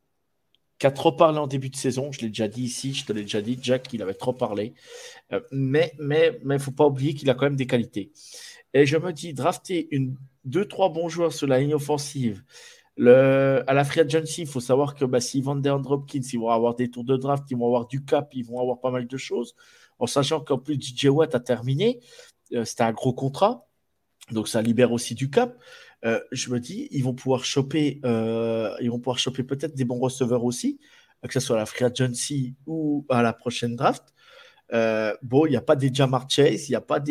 qui a trop parlé en début de saison. Je l'ai déjà dit ici, je te l'ai déjà dit, Jack, il avait trop parlé. Mais il ne faut pas oublier qu'il a quand même des qualités. Et je me dis, drafter deux, trois bons joueurs sur la ligne offensive. À la free agency, il faut savoir que s'ils vendent DeAndre Hopkins, ils vont avoir des tours de draft, ils vont avoir du cap, ils vont avoir pas mal de choses. En sachant qu'en plus, DJ Watt a terminé. C'était un gros contrat. Donc ça libère aussi du cap. Je me dis, ils vont pouvoir choper peut-être des bons receveurs aussi, que ce soit à la free agency ou à la prochaine draft. Il n'y a pas des Jamar Chase, il n'y a pas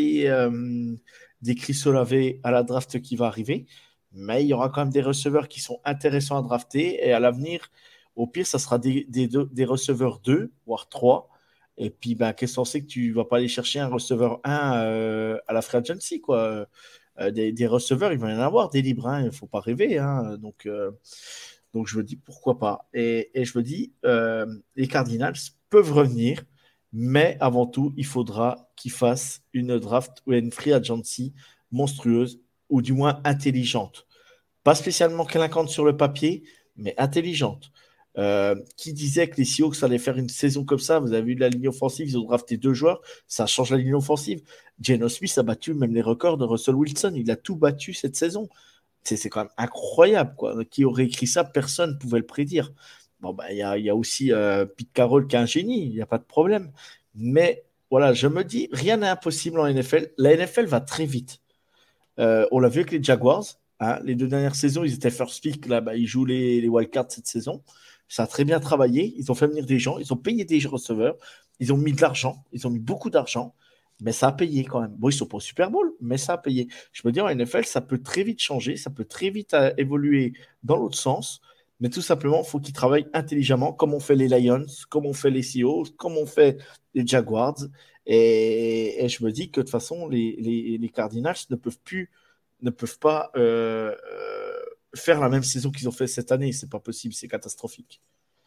des Chris Olave à la draft qui va arriver, mais il y aura quand même des receveurs qui sont intéressants à drafter et à l'avenir, au pire, ça sera des receveurs 2, voire 3. Et puis, qu'est-ce qu'on sait que tu ne vas pas aller chercher un receveur 1 à la free agency, quoi. Des receveurs, il va y en avoir des libres, hein, il ne faut pas rêver. Hein, donc, je me dis pourquoi pas. Et je me dis, les Cardinals peuvent revenir, mais avant tout, il faudra qu'ils fassent une draft ou une free agency monstrueuse ou du moins intelligente. Pas spécialement clinquante sur le papier, mais intelligente. Qui disait que les Seahawks allaient faire une saison comme ça? Vous avez vu la ligne offensive, ils ont drafté 2 joueurs, ça change la ligne offensive. Geno Smith a battu même les records de Russell Wilson, il a tout battu cette saison. C'est quand même incroyable, quoi. Qui aurait écrit ça? Personne ne pouvait le prédire. Bon, il y a aussi Pete Carroll qui est un génie, il n'y a pas de problème. Mais voilà, je me dis, rien n'est impossible en NFL. La NFL va très vite. On l'a vu avec les Jaguars. Hein, les 2 dernières saisons, ils étaient first pick. Là, ils jouent les wildcards cette saison. Ça a très bien travaillé. Ils ont fait venir des gens. Ils ont payé des receveurs. Ils ont mis de l'argent. Ils ont mis beaucoup d'argent. Mais ça a payé quand même. Bon, ils ne sont pas au Super Bowl, mais ça a payé. Je me dis, en NFL, ça peut très vite changer. Ça peut très vite évoluer dans l'autre sens. Mais tout simplement, il faut qu'ils travaillent intelligemment, comme on fait les Lions, comme on fait les Seahawks, comme on fait les Jaguars. Et je me dis que de toute façon, les Cardinals ne peuvent pas faire la même saison qu'ils ont fait cette année. C'est pas possible, c'est catastrophique.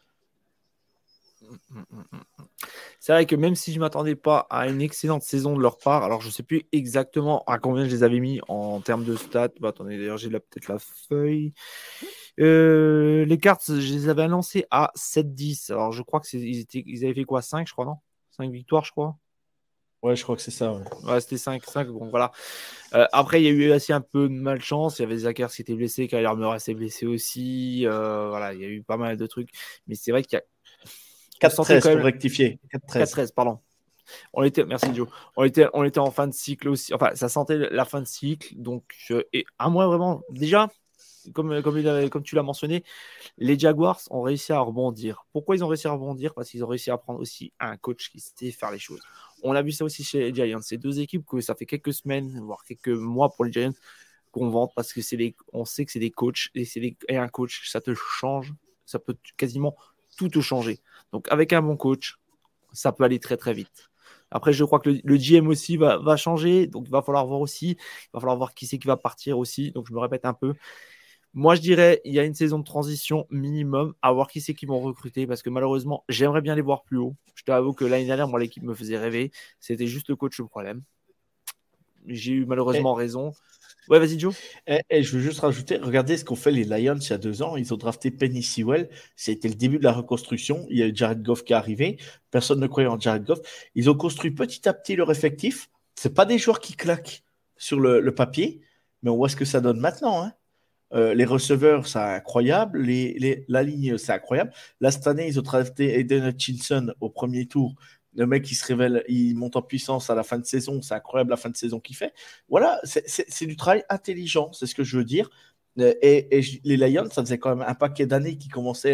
C'est vrai que même si je ne m'attendais pas à une excellente saison de leur part, alors je ne sais plus exactement à combien je les avais mis en termes de stats. Attendez, d'ailleurs, j'ai peut-être la feuille. Les cartes, je les avais annoncées à 7-10. Alors je crois ils avaient fait quoi? 5, je crois, non? 5 victoires, je crois. Ouais, je crois que c'est ça. Ouais, c'était 5. Bon, voilà. Après, il y a eu aussi un peu de malchance. Il y avait Zachary qui était blessé, Kyler Murray s'est blessé aussi. Voilà, il y a eu pas mal de trucs. Mais c'est vrai qu'il y a 4-13 pour rectifier. 4-13, pardon. Merci Joe. On était en fin de cycle aussi. Enfin, ça sentait la fin de cycle. Donc, et à moi vraiment, déjà, comme tu l'as mentionné, les Jaguars ont réussi à rebondir. Pourquoi ils ont réussi à rebondir? Parce qu'ils ont réussi à prendre aussi un coach qui sait faire les choses. On a vu ça aussi chez les Giants. C'est deux équipes que ça fait quelques semaines, voire quelques mois pour les Giants qu'on vante parce que on sait que c'est des coachs et un coach, ça te change. Ça peut quasiment tout te changer. Donc, avec un bon coach, ça peut aller très, très vite. Après, je crois que le GM aussi va changer. Donc, il va falloir voir aussi. Il va falloir voir qui c'est qui va partir aussi. Donc, je me répète un peu. Moi, je dirais il y a une saison de transition minimum à voir qui c'est qui vont recruter parce que malheureusement, j'aimerais bien les voir plus haut. Je t'avoue que l'année dernière, moi, l'équipe me faisait rêver. C'était juste le coach le problème. J'ai eu malheureusement raison. Ouais, vas-y, Joe. Et je veux juste rajouter, regardez ce qu'ont fait les Lions il y a 2 ans. Ils ont drafté Penny Sewell. C'était le début de la reconstruction. Il y a eu Jared Goff qui est arrivé. Personne ne croyait en Jared Goff. Ils ont construit petit à petit leur effectif. C'est pas des joueurs qui claquent sur le papier, mais on voit ce que ça donne maintenant. Hein. Les receveurs, c'est incroyable. La ligne, c'est incroyable. Là, cette année, ils ont drafté Aiden Hutchinson au premier tour. Le mec, il se révèle, il monte en puissance à la fin de saison. C'est incroyable la fin de saison qu'il fait. Voilà, c'est du travail intelligent, c'est ce que je veux dire. Et les Lions, ça faisait quand même un paquet d'années qu'ils commençaient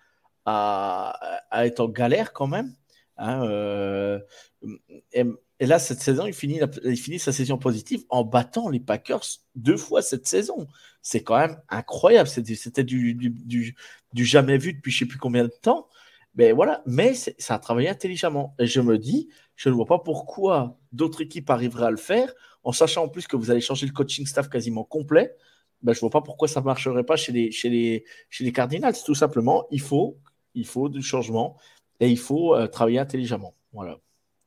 à être en galère quand même. Hein, et là, cette saison, il finit sa saison positive en battant les Packers 2 fois cette saison. C'est quand même incroyable. C'était du jamais vu depuis je ne sais plus combien de temps. Mais voilà, mais ça a travaillé intelligemment. Et je me dis, je ne vois pas pourquoi d'autres équipes arriveraient à le faire, en sachant en plus que vous allez changer le coaching staff quasiment complet. Ben, je ne vois pas pourquoi ça ne marcherait pas chez les Cardinals. Tout simplement, il faut du changement et il faut travailler intelligemment. Voilà.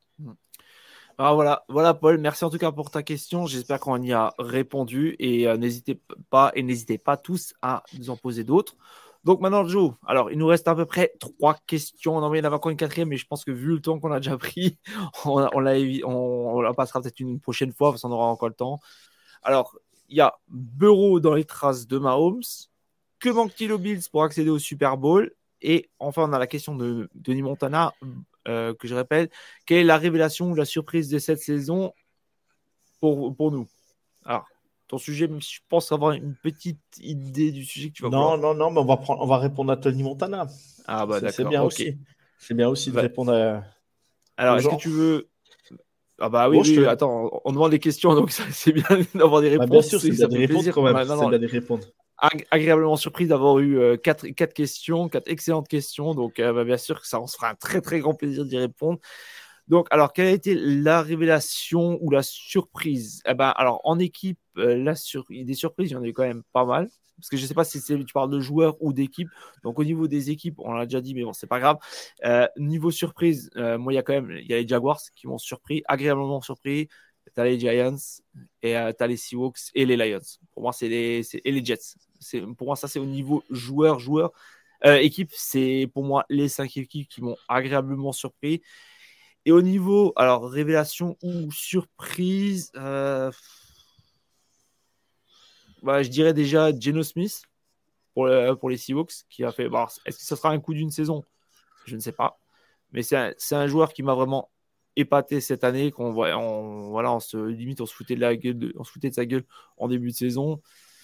Alors voilà Paul, merci en tout cas pour ta question. J'espère qu'on y a répondu et n'hésitez pas tous à nous en poser d'autres. Donc maintenant, Joe, alors il nous reste à peu près 3 questions. Non, mais il y en avait encore une quatrième, mais je pense que vu le temps qu'on a déjà pris, on la passera peut-être une prochaine fois parce qu'on aura encore le temps. Alors, il y a Burrow dans les traces de Mahomes. Que manque-t-il aux Bills pour accéder au Super Bowl? Et enfin, on a la question de Denis Montana, que je répète. Quelle est la révélation ou la surprise de cette saison pour nous? Alors, ton sujet, je pense avoir une petite idée du sujet que tu vas vouloir. Non, mais on va répondre à Tony Montana. Ah bah d'accord. C'est bien okay. aussi. C'est bien aussi de répondre à. Alors, est-ce que tu veux. Ah bah oui, attends, on demande des questions, donc c'est bien d'avoir des réponses. Bah bien sûr, c'est bien de répondre quand même. C'est bien de répondre. Agréablement surpris d'avoir eu 4 questions, 4 excellentes questions. Donc, bien sûr que ça, on se fera un très, très grand plaisir d'y répondre. Donc, alors, quelle a été la révélation ou la surprise? Alors, en équipe, des surprises, il y en a eu quand même pas mal. Parce que je ne sais pas si tu parles de joueurs ou d'équipe. Donc, au niveau des équipes, on l'a déjà dit, mais bon, c'est pas grave. Niveau surprise, moi, il y a les Jaguars qui m'ont surpris, agréablement surpris. Tu as les Giants, et tu as les Seahawks et les Lions. Pour moi, et les Jets. Pour moi, ça, c'est au niveau joueur. Équipe, c'est pour moi les 5 équipes qui m'ont agréablement surpris. Et au niveau, alors, révélation ou surprise, je dirais déjà Geno Smith pour les Seahawks, qui a fait. Bon, est-ce que ça sera un coup d'une saison? Je ne sais pas. Mais c'est un joueur qui m'a vraiment épaté cette année. On se foutait de sa gueule en début de saison.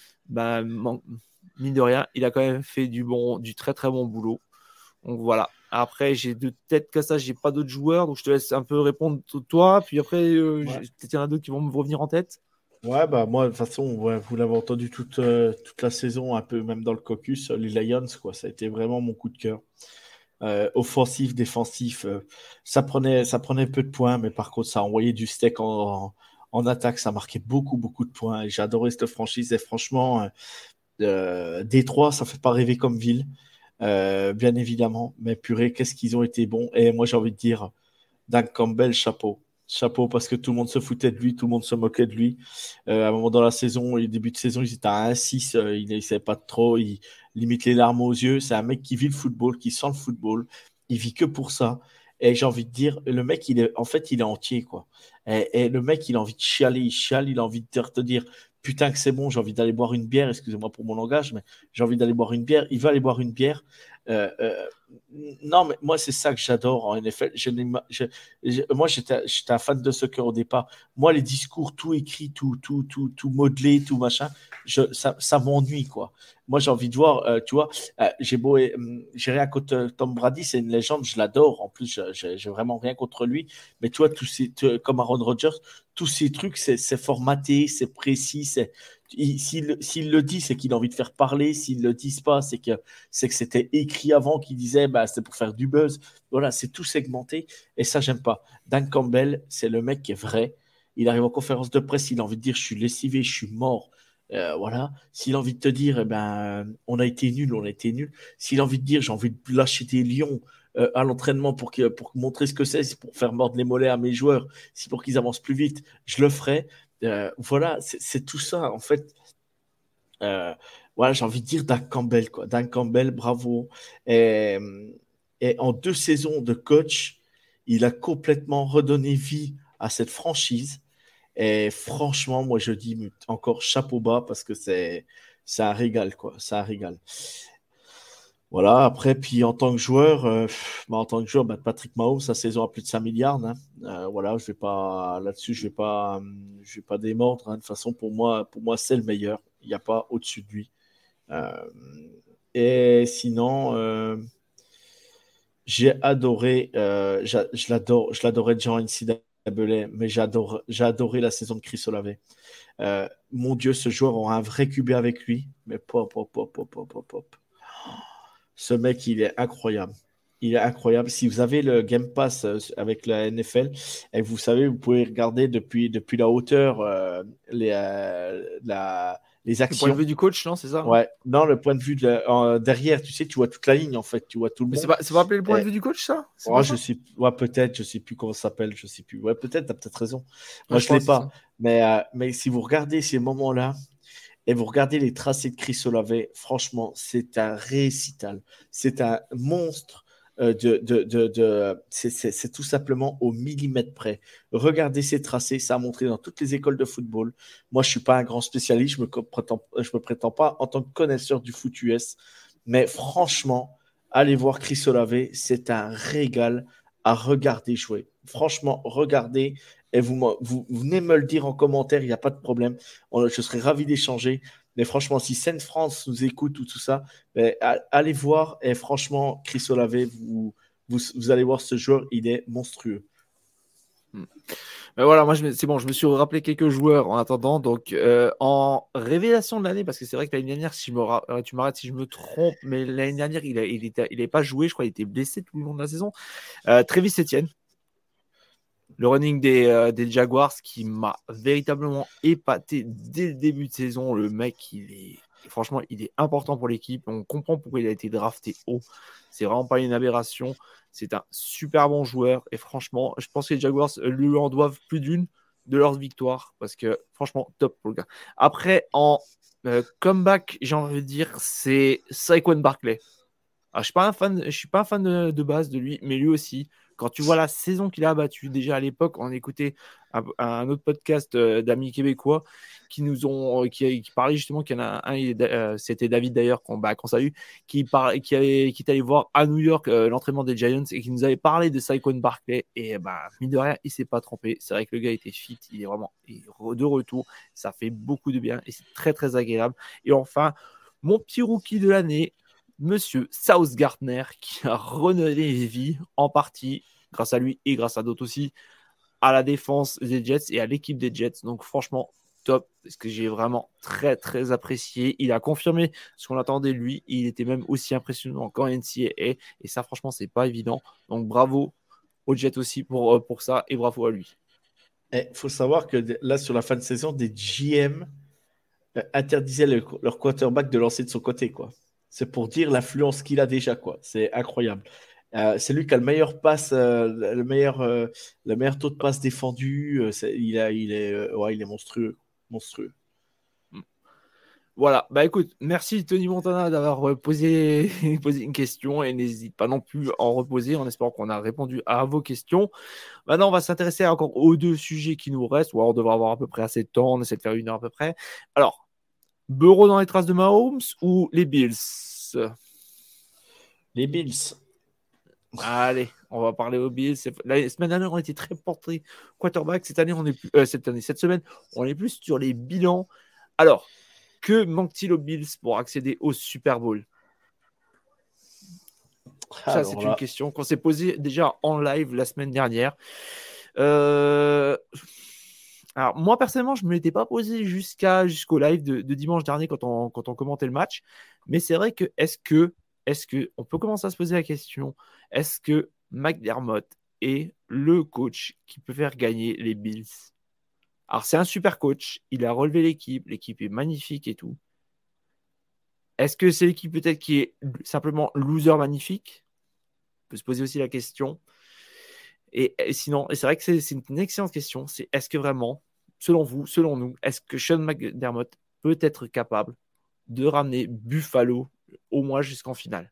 Mine de rien, il a quand même fait du très très bon boulot. Donc voilà. Après, j'ai de tête que ça, j'ai pas d'autres joueurs, donc je te laisse un peu répondre toi. Puis après, peut-être il y en a d'autres qui vont me revenir en tête. Ouais, bah moi, de toute façon, vous l'avez entendu toute la saison, un peu même dans le caucus, les Lions, quoi. Ça a été vraiment mon coup de cœur. Offensif, défensif, ça prenait peu de points, mais par contre, ça envoyait du steak en attaque, ça marquait beaucoup de points. Et j'ai adoré cette franchise. Et franchement, Détroit, ça fait pas rêver comme ville, bien évidemment. Mais purée, qu'est-ce qu'ils ont été bons. Et moi, j'ai envie de dire, Dan Campbell, chapeau. Chapeau parce que tout le monde se foutait de lui, tout le monde se moquait de lui. À un moment dans la saison, au début de saison, ils étaient à 1-6, ils ne savaient pas trop, ils limitent les larmes aux yeux. C'est un mec qui vit le football, qui sent le football, il vit que pour ça. Et j'ai envie de dire, le mec, il est entier, quoi. Et le mec, il a envie de chialer, il chiale, il a envie de te dire putain que c'est bon, j'ai envie d'aller boire une bière, excusez-moi pour mon langage, mais j'ai envie d'aller boire une bière, il va aller boire une bière. Euh, euh, non, mais moi, c'est ça que j'adore en NFL. Moi, j'étais un fan de soccer au départ. Moi, les discours, tout écrit, tout modelé, tout machin, ça m'ennuie, quoi. Moi, j'ai envie de voir, tu vois, j'ai rien contre Tom Brady, c'est une légende, je l'adore. En plus, j'ai vraiment rien contre lui. Mais tu vois, comme Aaron Rodgers, tous ces trucs, c'est formaté, c'est précis. S'il le dit, c'est qu'il a envie de faire parler. S'il le dit pas, c'est que c'était écrit avant qu'il disait bah, c'était pour faire du buzz. Voilà, c'est tout segmenté et ça, j'aime pas. Dan Campbell, c'est le mec qui est vrai. Il arrive en conférence de presse, il a envie de dire je suis lessivé, je suis mort. Voilà. S'il a envie de te dire, eh ben, on a été nul, on a été nul. S'il a envie de dire, j'ai envie de lâcher des lions à l'entraînement pour montrer ce que c'est pour faire mordre les mollets à mes joueurs, c'est pour qu'ils avancent plus vite, je le ferai. Voilà, c'est tout ça en fait. Voilà, j'ai envie de dire Dan Campbell, quoi. Dan Campbell, bravo. Et, et en 2 saisons de coach, il a complètement redonné vie à cette franchise. Et franchement, moi, je dis encore chapeau bas parce que c'est un régal, quoi. C'est un régal. Voilà, après, puis en tant que joueur, Patrick Mahomes, sa saison a plus de 5 milliards. Hein. Voilà, je vais pas là-dessus, je vais pas démordre. Hein. De toute façon, pour moi, c'est le meilleur. Il n'y a pas au-dessus de lui. Euh, et sinon, j'ai adoré, je l'adorais Jean NCAA, mais j'ai adoré la saison de Chris Olave. Mon Dieu, ce joueur aura un vrai QB avec lui, mais pop, pop, pop, pop, pop, pop, pop. Ce mec, il est incroyable. Il est incroyable. Si vous avez le Game Pass avec la NFL, et vous savez, vous pouvez regarder depuis la hauteur les Le point de actions. vue du coach, non, c'est ça? Ouais, non, le point de vue derrière, tu sais, tu vois toute la ligne en fait, tu vois tout le Mais monde. c'est pas appelé le point de vue du coach, ça? C'est pas ça? Ouais, peut-être, je sais plus comment ça s'appelle, je sais plus. Ouais, peut-être, t'as peut-être raison. Ouais, Moi, je je l'ai pense que c'est pas. ça. Mais si vous regardez ces moments-là et vous regardez les tracés de Chris Olave, franchement, c'est un récital. C'est un monstre. C'est tout simplement au millimètre près. Regardez ces tracés, ça a montré dans toutes les écoles de football. Moi, je suis pas un grand spécialiste, je me prétends pas en tant que connaisseur du foot US, mais franchement, allez voir Chris Olave, c'est un régal à regarder jouer. Franchement, regardez et vous venez me le dire en commentaire, il n'y a pas de problème. Je serais ravi d'échanger. Mais franchement, si Seine France nous écoute ou tout ça, ben, allez voir. Et franchement, Chris Olave, vous allez voir ce joueur, il est monstrueux. Mais voilà, moi, c'est bon, je me suis rappelé quelques joueurs en attendant. Donc, en révélation de l'année, parce que c'est vrai que l'année dernière, tu m'arrêtes si je me trompe, mais l'année dernière, il n'avait pas joué, je crois, il était blessé tout le long de la saison. Travis Etienne, le running des Jaguars, qui m'a véritablement épaté dès le début de saison. Le mec, franchement, il est important pour l'équipe. On comprend pourquoi il a été drafté haut. C'est vraiment pas une aberration. C'est un super bon joueur. Et franchement, je pense que les Jaguars lui en doivent plus d'une de leurs victoires. Parce que franchement, top pour le gars. Après, en comeback, j'ai envie de dire, c'est Saquon Barkley. Alors, je suis pas un fan de base de lui, mais lui aussi. Quand tu vois la saison qu'il a battue, déjà à l'époque, on écoutait un autre podcast d'amis québécois qui parlait justement qu'il y en a un, c'était David d'ailleurs qu'on salue, qui est allé voir à New York l'entraînement des Giants et qui nous avait parlé de Saquon Barkley. Et mine de rien, il s'est pas trompé. C'est vrai que le gars était fit, il est vraiment de retour. Ça fait beaucoup de bien et c'est très très agréable. Et enfin, mon petit rookie de l'année, Monsieur Sauce Gardner, qui a renouvelé les vies en partie, grâce à lui et grâce à d'autres aussi, à la défense des Jets et à l'équipe des Jets. Donc franchement, top, parce que j'ai vraiment très très apprécié. Il a confirmé ce qu'on attendait de lui. Il était même aussi impressionnant qu'en NCAA. Et ça, franchement, c'est pas évident. Donc bravo aux Jets aussi pour ça et bravo à lui. Il faut savoir que là, sur la fin de saison, des GM interdisaient leur quarterback de lancer de son côté, quoi. C'est pour dire l'influence qu'il a déjà, quoi. C'est incroyable. C'est lui qui a le meilleur passe, le meilleur taux de passe défendu. Il est monstrueux, monstrueux. Voilà, bah écoute, merci Tony Montana d'avoir posé une question et n'hésite pas non plus à en reposer en espérant qu'on a répondu à vos questions. Maintenant, on va s'intéresser encore aux 2 sujets qui nous restent, ou alors on devrait avoir à peu près assez de temps, on essaie de faire 1 heure à peu près. Alors, Burrow dans les traces de Mahomes ou les Bills? Les Bills. Allez, on va parler aux Bills. La semaine dernière, on était très porté quarterback. Cette semaine, on est plus sur les bilans. Alors, que manque-t-il aux Bills pour accéder au Super Bowl? Ça, c'est une question qu'on s'est posée déjà en live la semaine dernière. Alors, moi, personnellement, je ne me l'étais pas posé jusqu'au live de dimanche dernier quand on commentait le match. Mais c'est vrai que est-ce que on peut commencer à se poser la question, est-ce que McDermott est le coach qui peut faire gagner les Bills? Alors, c'est un super coach. Il a relevé l'équipe. L'équipe est magnifique et tout. Est-ce que c'est l'équipe peut-être qui est simplement loser magnifique? On peut se poser aussi la question. Et sinon, et c'est vrai que c'est une excellente question, c'est est-ce que vraiment, selon vous, selon nous, est-ce que Sean McDermott peut être capable de ramener Buffalo au moins jusqu'en finale?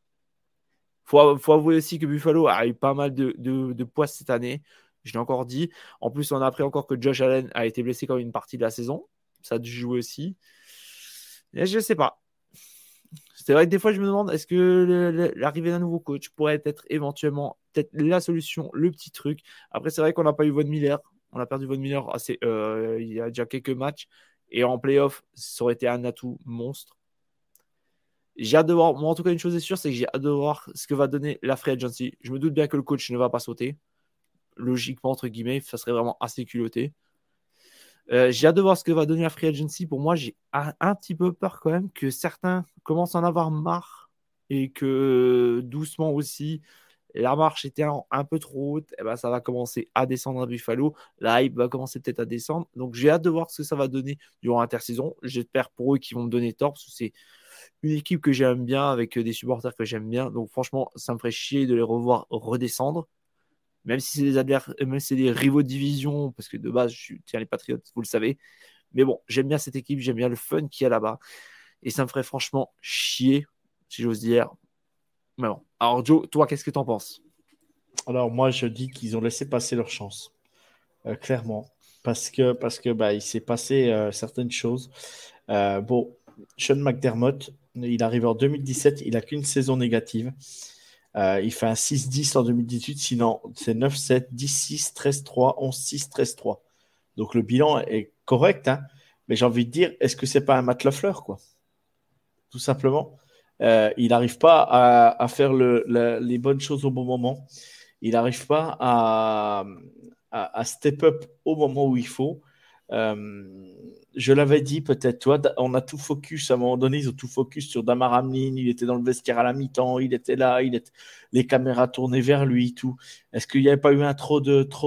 Faut avouer aussi que Buffalo a eu pas mal de poids cette année. Je l'ai encore dit. En plus, on a appris encore que Josh Allen a été blessé comme une partie de la saison. Ça a dû jouer aussi. Et je ne sais pas. C'est vrai que des fois, je me demande, est-ce que l'arrivée d'un nouveau coach pourrait être éventuellement peut-être la solution, le petit truc. Après, c'est vrai qu'on n'a pas eu Von Miller. On a perdu Von Miller il y a déjà quelques matchs. Et en playoff, ça aurait été un atout monstre. J'ai hâte de voir. Moi, en tout cas, une chose est sûre, c'est que j'ai hâte de voir ce que va donner la free agency. Je me doute bien que le coach ne va pas sauter. Logiquement, entre guillemets, ça serait vraiment assez culotté. J'ai hâte de voir ce que va donner la free agency. Pour moi, j'ai un petit peu peur quand même que certains commencent à en avoir marre et que doucement aussi, la marche était un peu trop haute. Et ben, ça va commencer à descendre à Buffalo. La hype va commencer peut-être à descendre. Donc, j'ai hâte de voir ce que ça va donner durant l'intersaison. J'espère pour eux qu'ils vont me donner tort parce que c'est une équipe que j'aime bien avec des supporters que j'aime bien. Donc, franchement, ça me ferait chier de les revoir redescendre. Même si c'est des adversaires, même si c'est des rivaux de division, parce que de base, je tiens les Patriots, vous le savez. Mais bon, j'aime bien cette équipe, j'aime bien le fun qu'il y a là-bas. Et ça me ferait franchement chier, si j'ose dire. Mais bon. Alors, Joe, toi, qu'est-ce que t'en penses? Alors, moi, je dis qu'ils ont laissé passer leur chance, clairement. Parce que il s'est passé certaines choses. Bon, Sean McDermott, il arrive en 2017, il n'a qu'une saison négative. Il fait un 6-10 en 2018, sinon c'est 9-7, 10-6, 13-3, 11-6, 13-3. Donc le bilan est correct, hein, mais j'ai envie de dire, est-ce que c'est pas un Matt LaFleur, quoi? Tout simplement. Il n'arrive pas à faire les bonnes choses au bon moment. Il n'arrive pas à step up au moment où il faut. Je l'avais dit peut-être, toi, on a tout focus, à un moment donné, ils ont tout focus sur Damar Hamlin, il était dans le vestiaire à la mi-temps, il était là, les caméras tournées vers lui, tout. Est-ce qu'il n'y avait pas eu un trop?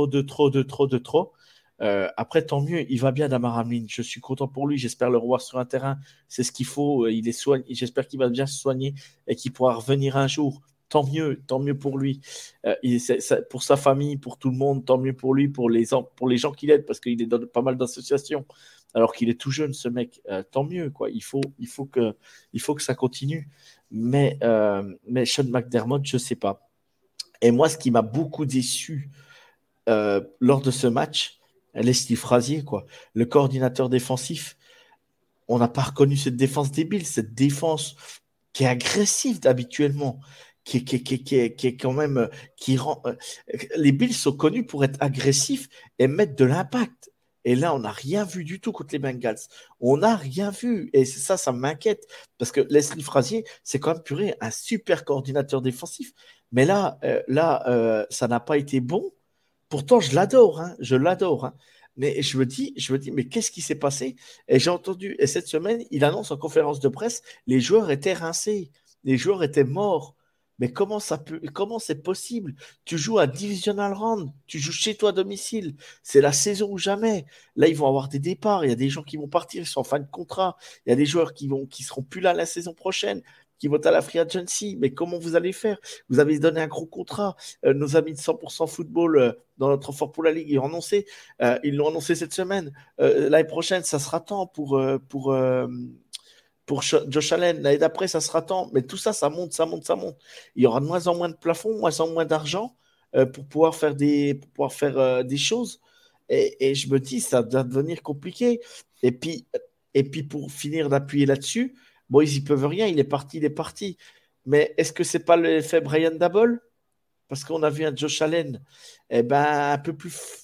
Après, tant mieux, il va bien, Damar Hamlin. Je suis content pour lui, j'espère le revoir sur un terrain, c'est ce qu'il faut, il est soigné, j'espère qu'il va bien se soigner et qu'il pourra revenir un jour. Tant mieux pour lui. Pour sa famille, pour tout le monde, tant mieux pour lui, pour les gens qu'il aide, parce qu'il est dans pas mal d'associations, alors qu'il est tout jeune, ce mec. Tant mieux, quoi. Il faut que ça continue. Mais Sean McDermott, je ne sais pas. Et moi, ce qui m'a beaucoup déçu lors de ce match, Leslie Frazier, quoi, le coordinateur défensif, on n'a pas reconnu cette défense débile, cette défense qui est agressive habituellement, qui est quand même, qui rend. Les Bills sont connus pour être agressifs et mettre de l'impact. Et là, on n'a rien vu du tout contre les Bengals. On n'a rien vu. Et ça m'inquiète. Parce que Leslie Frazier, c'est quand même purée, un super coordinateur défensif. Mais là, ça n'a pas été bon. Pourtant, je l'adore. Hein. Mais je me dis, mais qu'est-ce qui s'est passé? Et j'ai entendu, et cette semaine, il annonce en conférence de presse, les joueurs étaient rincés, les joueurs étaient morts. Mais comment c'est possible? Tu joues à Divisional Round, tu joues chez toi à domicile, c'est la saison ou jamais. Là, ils vont avoir des départs, il y a des gens qui vont partir, ils sont en fin de contrat, il y a des joueurs qui seront plus là la saison prochaine, qui vont à la free agency. Mais comment vous allez faire? Vous avez donné un gros contrat. Nos amis de 100% football dans notre fort pour la Ligue, ils l'ont annoncé cette semaine. L'année prochaine, ça sera temps pour Pour Josh Allen, l'année d'après, ça sera tant. Mais tout ça, ça monte. Il y aura de moins en moins de plafond, de moins en moins d'argent pour pouvoir faire des choses. Et je me dis, ça va devenir compliqué. Et puis, pour finir d'appuyer là-dessus, bon, ils n'y peuvent rien. Il est parti. Mais est-ce que c'est pas l'effet Brian Daboll? Parce qu'on a vu un Josh Allen un peu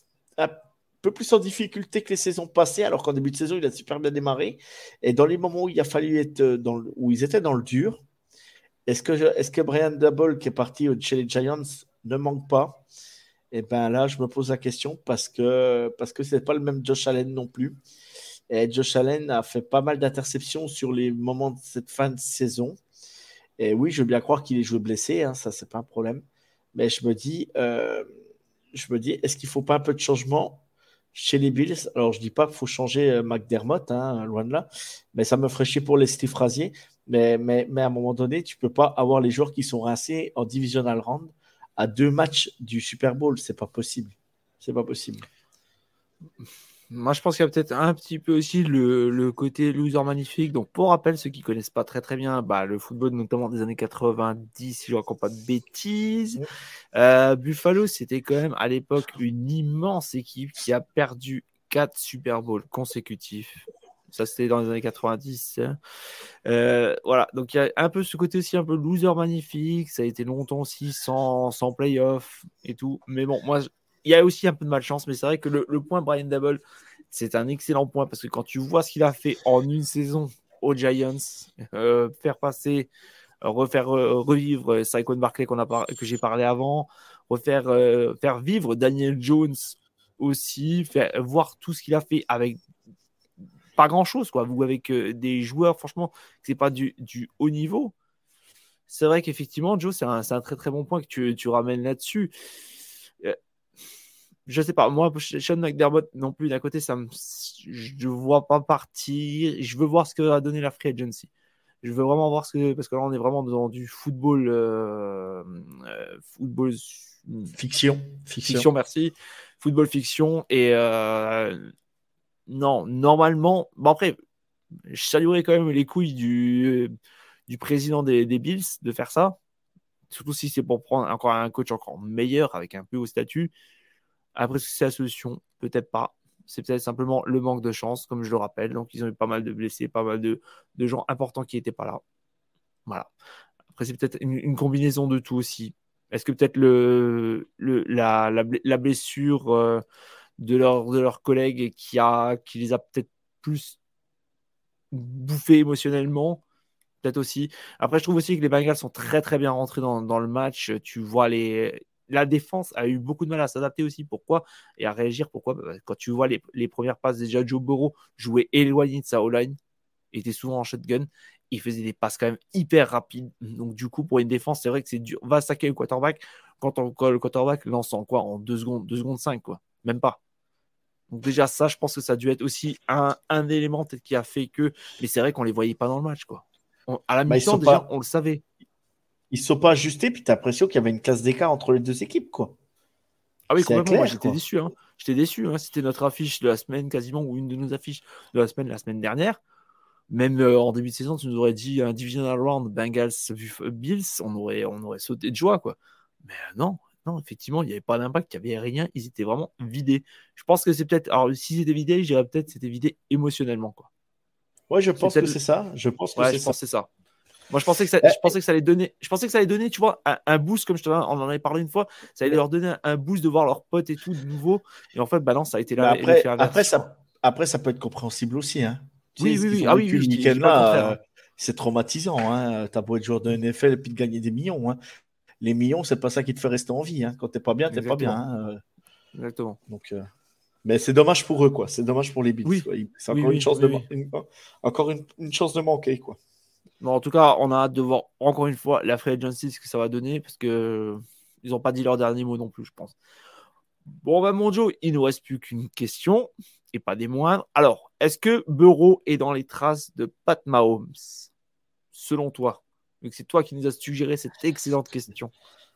plus en difficulté que les saisons passées, alors qu'en début de saison, il a super bien démarré. Et dans les moments où il a fallu être où ils étaient dans le dur, est-ce que Brian Daboll, qui est parti chez les Giants, ne manque pas? Et là, je me pose la question parce que c'est pas le même Josh Allen non plus. Et Josh Allen a fait pas mal d'interceptions sur les moments de cette fin de saison. Et oui, je veux bien croire qu'il est joué blessé, hein, ça, c'est pas un problème. Mais je me dis, est-ce qu'il ne faut pas un peu de changement chez les Bills? Alors, je ne dis pas qu'il faut changer McDermott, hein, loin de là, mais ça me ferait chier pour les Steve Frazier. Mais à un moment donné, tu ne peux pas avoir les joueurs qui sont rincés en divisional round à 2 matchs du Super Bowl. C'est pas possible. C'est pas possible. Moi, je pense qu'il y a peut-être un petit peu aussi le côté loser magnifique. Donc, pour rappel, ceux qui ne connaissent pas très très bien le football, notamment des années 90, si je ne raconte pas de bêtises, Buffalo, c'était quand même à l'époque une immense équipe qui a perdu 4 Super Bowls consécutifs. Ça, c'était dans les années 90. Voilà, donc il y a un peu ce côté aussi un peu loser magnifique. Ça a été longtemps aussi sans playoff et tout. Mais bon, moi, il y a aussi un peu de malchance, mais c'est vrai que le point Brian Daboll, c'est un excellent point parce que quand tu vois ce qu'il a fait en une saison aux Giants, faire passer, revivre Saquon Barkley que j'ai parlé avant, faire vivre Daniel Jones aussi, voir tout ce qu'il a fait avec pas grand-chose, quoi, ou avec des joueurs, franchement, c'est pas du haut niveau. C'est vrai qu'effectivement, Joe, c'est un très très bon point que tu ramènes là-dessus. Je sais pas, moi, Sean McDermott non plus, d'un côté, je ne vois pas partir. Je veux voir ce que va donner la free agency. Je veux vraiment voir parce que là, on est vraiment dans du football. Football. Fiction, merci. Football fiction. Et non, normalement. Bon, après, je saluerais quand même les couilles du président des Bills de faire ça. Surtout si c'est pour prendre encore un coach encore meilleur avec un plus haut statut. Après, c'est la solution? Peut-être pas. C'est peut-être simplement le manque de chance, comme je le rappelle. Donc, ils ont eu pas mal de blessés, pas mal de gens importants qui n'étaient pas là. Voilà. Après, c'est peut-être une combinaison de tout aussi. Est-ce que peut-être la blessure de leur collègue qui les a peut-être plus bouffés émotionnellement? Peut-être aussi. Après, je trouve aussi que les Bengals sont très, très bien rentrés dans le match. Tu vois la défense a eu beaucoup de mal à s'adapter aussi. Pourquoi? Et à réagir. Pourquoi? Quand tu vois les premières passes, déjà Joe Burrow jouait éloigné de sa O-line, était souvent en shotgun, il faisait des passes quand même hyper rapides. Donc du coup, pour une défense, c'est vrai que c'est dur. On va saquer le quarterback quand le quarterback lance en 2 secondes, 2 secondes 5, quoi. Même pas. Donc déjà ça, je pense que ça a dû être aussi un élément peut-être qui a fait que. Mais c'est vrai qu'on les voyait pas dans le match, quoi. À la mi-temps, déjà, on le savait. Ils ne sont pas ajustés, puis tu as l'impression qu'il y avait une classe d'écart entre les deux équipes, quoi. Ah oui, complètement. Moi, j'étais déçu. Hein. J'étais déçu. Hein. C'était notre affiche de la semaine, quasiment, ou une de nos affiches de la semaine dernière. Même en début de saison, tu nous aurais dit un divisional round Bengals Bills, on aurait sauté de joie, quoi. Mais non, effectivement, il n'y avait pas d'impact, il n'y avait rien. Ils étaient vraiment vidés. Je pense que c'est peut-être. Alors, si c'était vidé, je dirais peut-être que c'était vidé émotionnellement, quoi. Ouais, je pense que c'est ça. Je pense que c'est ça. Moi, je pensais que ça allait donner, tu vois, un boost, comme on en avait parlé une fois, ça allait leur donner un boost de voir leurs potes et tout de nouveau. Et en fait, non, ça a été là. Après, ça peut être compréhensible aussi. Hein. Oui. Le week-end-là, c'est traumatisant. Hein. T'as beau être joueur de NFL et puis de gagner des millions. Hein. Les millions, c'est pas ça qui te fait rester en vie. Hein. Quand t'es pas bien, t'es pas bien. Hein. Exactement. Donc, mais c'est dommage pour eux, quoi. C'est dommage pour les Bills. Oui. C'est encore une chance de manquer, quoi. Bon, en tout cas, on a hâte de voir encore une fois la free agency, ce que ça va donner, parce que ils n'ont pas dit leur dernier mot non plus, je pense. Bon, mon Joe, il ne nous reste plus qu'une question, et pas des moindres. Alors, est-ce que Burrow est dans les traces de Pat Mahomes, selon toi? Donc, c'est toi qui nous as suggéré cette excellente question.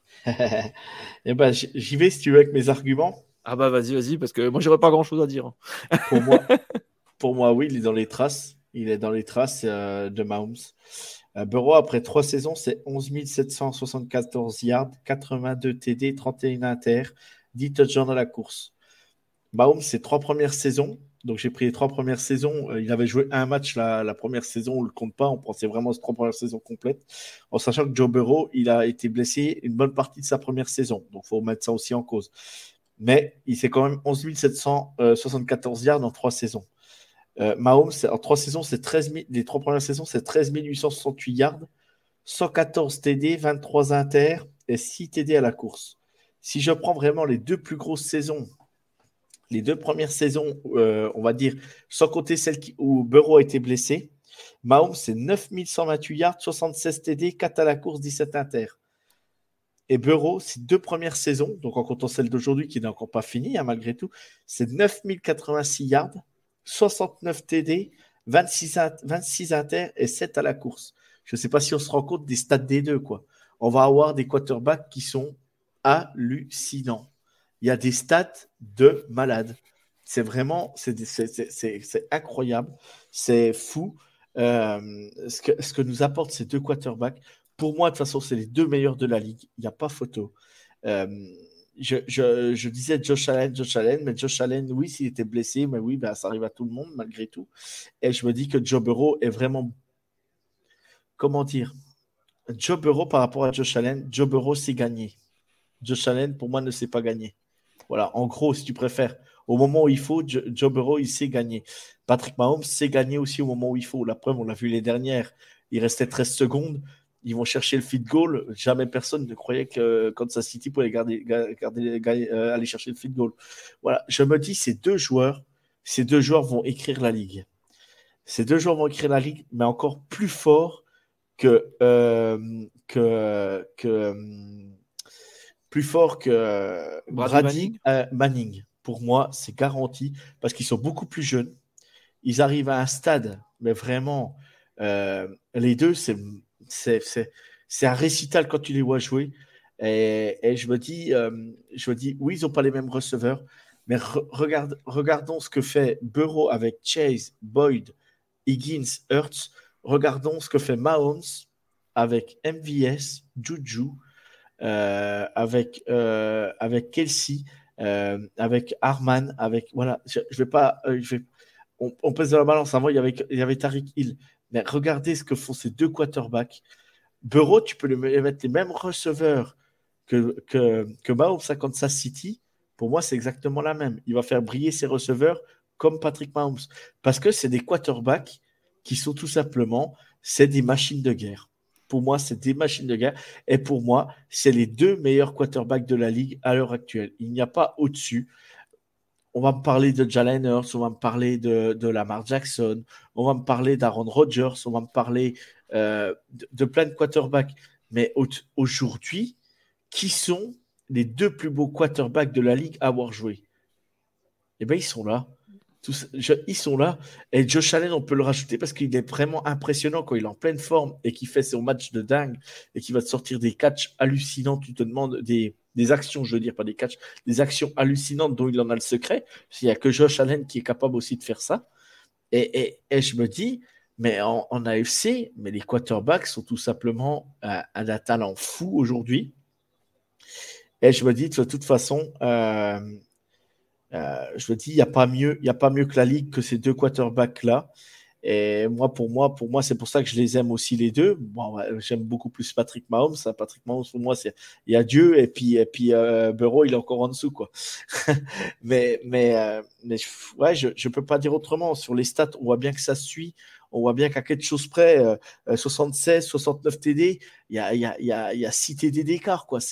Eh ben, j'y vais si tu veux avec mes arguments. Ah bah vas-y, parce que moi, j'aurais pas grand-chose à dire. Pour moi, oui, il est dans les traces. Il est dans les traces de Mahomes. Burrow, après 3 saisons, c'est 11 774 yards, 82 TD, 31 inter, 10 touchdowns dans la course. Mahomes, c'est 3 premières saisons. Donc, j'ai pris les 3 premières saisons. Il avait joué un match la première saison. On ne le compte pas. On pensait vraiment aux 3 premières saisons complètes. En sachant que Joe Burrow, il a été blessé une bonne partie de sa première saison. Donc, il faut mettre ça aussi en cause. Mais il fait quand même 11 774 yards en 3 saisons. Mahomes, en 3 saisons, c'est 13 000, les 3 premières saisons, c'est 13 868 yards, 114 TD, 23 inter et 6 TD à la course. Si je prends vraiment les 2 plus grosses saisons, les 2 premières saisons, on va dire, sans compter celle où Burrow a été blessé, Mahomes, c'est 9 128 yards, 76 TD, 4 à la course, 17 inter. Et Burrow, ces 2 premières saisons, donc en comptant celle d'aujourd'hui qui n'est encore pas finie, hein, malgré tout, c'est 9 086 yards, 69 TD, 26 inter et 7 à la course. Je ne sais pas si on se rend compte des stats des deux, quoi. On va avoir des quarterbacks qui sont hallucinants. Il y a des stats de malade. C'est vraiment, c'est incroyable. C'est fou ce que nous apportent ces 2 quarterbacks. Pour moi, de toute façon, c'est les 2 meilleurs de la ligue. Il n'y a pas photo. Je disais Josh Allen, mais Josh Allen, oui, s'il était blessé, mais oui, ben, ça arrive à tout le monde, malgré tout. Et je me dis que Joe Burrow est vraiment... Comment dire? Joe Burrow par rapport à Josh Allen, Joe Burrow sait gagner. Josh Allen, pour moi, ne sait pas gagner. Voilà, en gros, si tu préfères. Au moment où il faut, Joe Burrow, il sait gagner. Patrick Mahomes sait gagner aussi au moment où il faut. La preuve, on l'a vu les dernières. Il restait 13 secondes. Ils vont chercher le field goal. Jamais personne ne croyait que Kansas City pouvait aller chercher le field goal. Voilà, je me dis, ces deux joueurs vont écrire la ligue. Ces 2 joueurs vont écrire la ligue, mais encore plus fort que plus fort que Brady Manning. Pour moi, c'est garanti parce qu'ils sont beaucoup plus jeunes. Ils arrivent à un stade, mais vraiment, les deux, c'est un récital quand tu les vois jouer. Et je me dis, oui, ils n'ont pas les mêmes receveurs, mais regardons ce que fait Burrow avec Chase, Boyd, Higgins, Hurts. Regardons ce que fait Mahomes avec MVS, Juju, avec Kelsey, avec Harman, avec voilà. Je vais pas, on pèse dans la balance. Avant, il y avait Tariq Hill, mais regardez ce que font ces 2 quarterbacks. Burrow, tu peux mettre les mêmes receveurs que Mahomes à Kansas City. Pour moi, c'est exactement la même. Il va faire briller ses receveurs comme Patrick Mahomes parce que c'est des quarterbacks qui sont tout simplement, c'est des machines de guerre. Pour moi, c'est des machines de guerre. Et pour moi, c'est les 2 meilleurs quarterbacks de la ligue à l'heure actuelle. Il n'y a pas au-dessus. On va me parler de Jalen Hurts, on va me parler de Lamar Jackson, on va me parler d'Aaron Rodgers, on va me parler de plein de quarterbacks. Mais aujourd'hui, qui sont les 2 plus beaux quarterbacks de la ligue à avoir joué? Eh bien, ils sont là. Ils sont là. Et Josh Allen, on peut le rajouter parce qu'il est vraiment impressionnant quand il est en pleine forme et qu'il fait son match de dingue et qu'il va te sortir des catchs hallucinants. Tu te demandes des actions, je veux dire, pas des catchs, des actions hallucinantes dont il en a le secret. Il n'y a que Josh Allen qui est capable aussi de faire ça. Et je me dis, mais en AFC, mais les quarterbacks sont tout simplement un talent fou aujourd'hui. Et je me dis, de toute façon, je me dis, il n'y a pas mieux que la ligue que ces 2 quarterbacks-là. Et pour moi, c'est pour ça que je les aime aussi les 2. Bon, j'aime beaucoup plus Patrick Mahomes. Patrick Mahomes, pour moi, il y a Dieu et puis Burrow, il est encore en dessous, quoi. mais ouais, je peux pas dire autrement. Sur les stats, on voit bien que ça suit. On voit bien qu'à quelque chose près, 76, 69 TD, il y a 6 TD d'écart, quoi.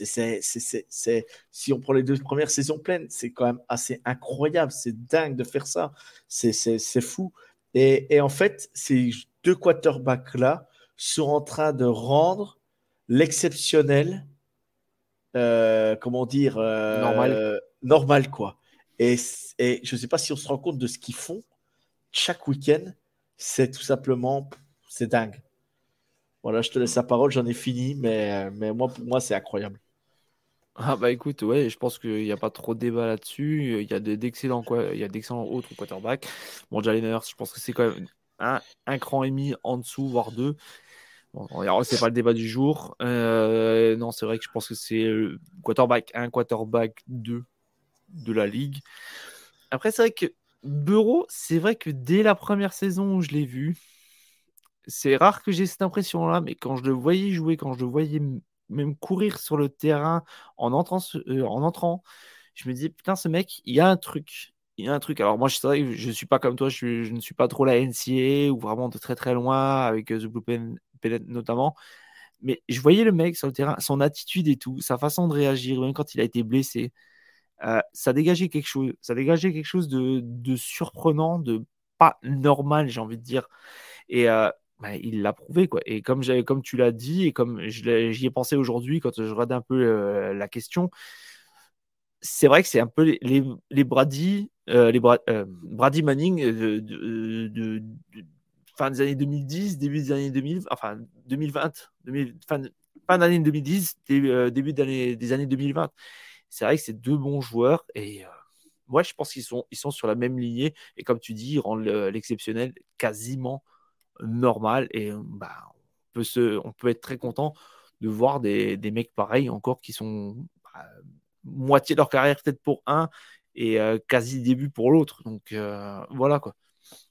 Si on prend les 2 premières saisons pleines, c'est quand même assez incroyable. C'est dingue de faire ça. C'est fou. Et en fait, ces 2 quarterbacks-là sont en train de rendre l'exceptionnel, comment dire, normal, quoi. Et je ne sais pas si on se rend compte de ce qu'ils font chaque week-end. C'est tout simplement, c'est dingue. Voilà, je te laisse la parole, j'en ai fini, mais pour moi, c'est incroyable. Ah bah écoute, ouais, je pense qu'il n'y a pas trop de débat là-dessus. Il y a d'excellents autres quarterbacks. Bon, Jalen Hurts, je pense que c'est quand même un cran et demi en dessous, voire deux. Bon, c'est pas le débat du jour. Non, c'est vrai que je pense que c'est quarterback 1, quarterback 2 de la ligue. Après, c'est vrai que Burrow, c'est vrai que dès la première saison où je l'ai vu, c'est rare que j'ai cette impression-là, mais quand je le voyais jouer, quand je le voyais même courir sur le terrain en entrant, je me disais, putain, ce mec, il y a un truc. Il y a un truc. Alors moi, c'est vrai que je ne suis pas comme toi, je ne suis pas trop la NCAA ou vraiment de très très loin avec The Blue Pen notamment. Mais je voyais le mec sur le terrain, son attitude et tout, sa façon de réagir, même quand il a été blessé. Ça dégageait quelque chose. Ça dégageait quelque chose de surprenant, de pas normal, j'ai envie de dire. Et il l'a prouvé, quoi. Et comme tu l'as dit, et comme j'y ai pensé aujourd'hui quand je regarde un peu la question, c'est vrai que c'est un peu les Brady, Brady Manning de fin des années 2010, début des années 2000, enfin 2020, fin d'année 2010, début des années 2020. C'est vrai que c'est deux bons joueurs et moi je pense ils sont sur la même lignée et comme tu dis, ils rendent l'exceptionnel quasiment normal et on peut être très content de voir des mecs pareils encore qui sont moitié de leur carrière peut-être pour un et quasi début pour l'autre. Donc voilà quoi.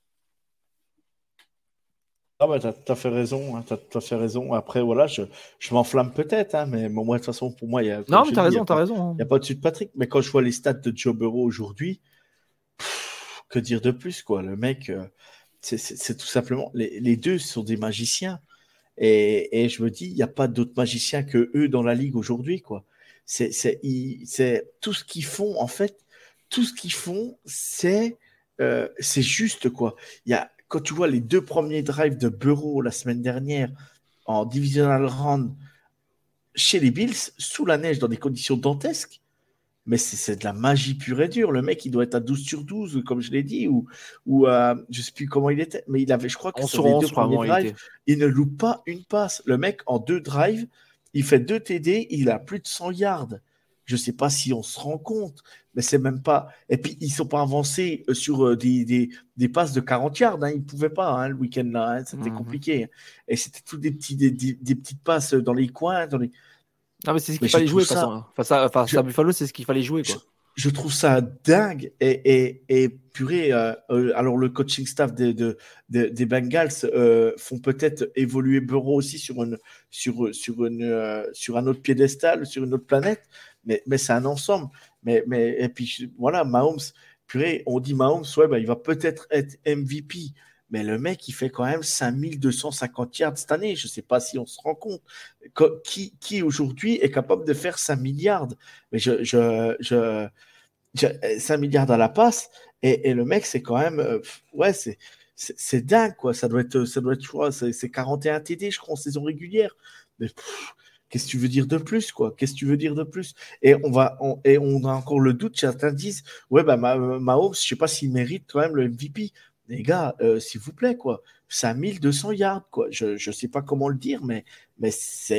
Ah bah, t'as fait raison, hein, t'as fait raison. Après, voilà, je m'enflamme peut-être, hein, mais moi, de toute façon, pour moi, comme Non, je mais te dis, il n'y a t'as pas, raison. y a pas au-dessus de Patrick. Mais quand je vois les stats de Joe Burrow aujourd'hui, que dire de plus, quoi? Le mec, c'est tout simplement. Les deux sont des magiciens. Et je me dis, il n'y a pas d'autres magiciens que eux dans la ligue aujourd'hui, quoi. C'est tout ce qu'ils font, en fait, tout ce qu'ils font, c'est juste, quoi. Quand tu vois les deux premiers drives de Burrow la semaine dernière en divisional round chez les Bills, sous la neige, dans des conditions dantesques, mais c'est de la magie pure et dure. Le mec, il doit être à 12 sur 12, comme je l'ai dit, ou je ne sais plus comment il était, mais je crois que 11 sur sur les 11, deux je crois, premiers avant il drives, était. il ne loupe pas une passe. Le mec, en deux drives, il fait deux TD, il a plus de 100 yards. Je ne sais pas si on se rend compte, mais c'est même pas. Et puis, ils ne sont pas avancés sur des passes de 40 yards. Hein. Ils ne pouvaient pas, hein, le week-end-là. Hein. C'était compliqué. Et c'était tout des petites passes dans les coins. Non, mais c'est ce Mais qu'il je fallait trouve jouer. ça. Face à Buffalo, c'est ce qu'il fallait jouer, je, quoi. je trouve ça dingue et purée. Alors le coaching staff des Bengals font peut-être évoluer Burrow aussi sur un autre piédestal, sur une autre planète, mais c'est un ensemble. Et puis voilà, Mahomes, purée, on dit Mahomes, ouais, bah, il va peut-être être MVP. Mais le mec, il fait quand même 5250 yards cette année. Je ne sais pas si on se rend compte. Qui aujourd'hui est capable de faire 5 milliards? Mais 5 milliards à la passe, et le mec, c'est quand même. Ouais, c'est dingue, quoi. Ça doit être, je crois, c'est 41 TD, je crois, en saison régulière. Mais qu'est-ce que tu veux dire de plus, quoi? Qu'est-ce que tu veux dire de plus? Et on a encore le doute, certains disent, ouais, bah, Mahomes, je sais pas s'il mérite quand même le MVP. Les gars, s'il vous plaît, quoi. 5200 yards, quoi. Je sais pas comment le dire, mais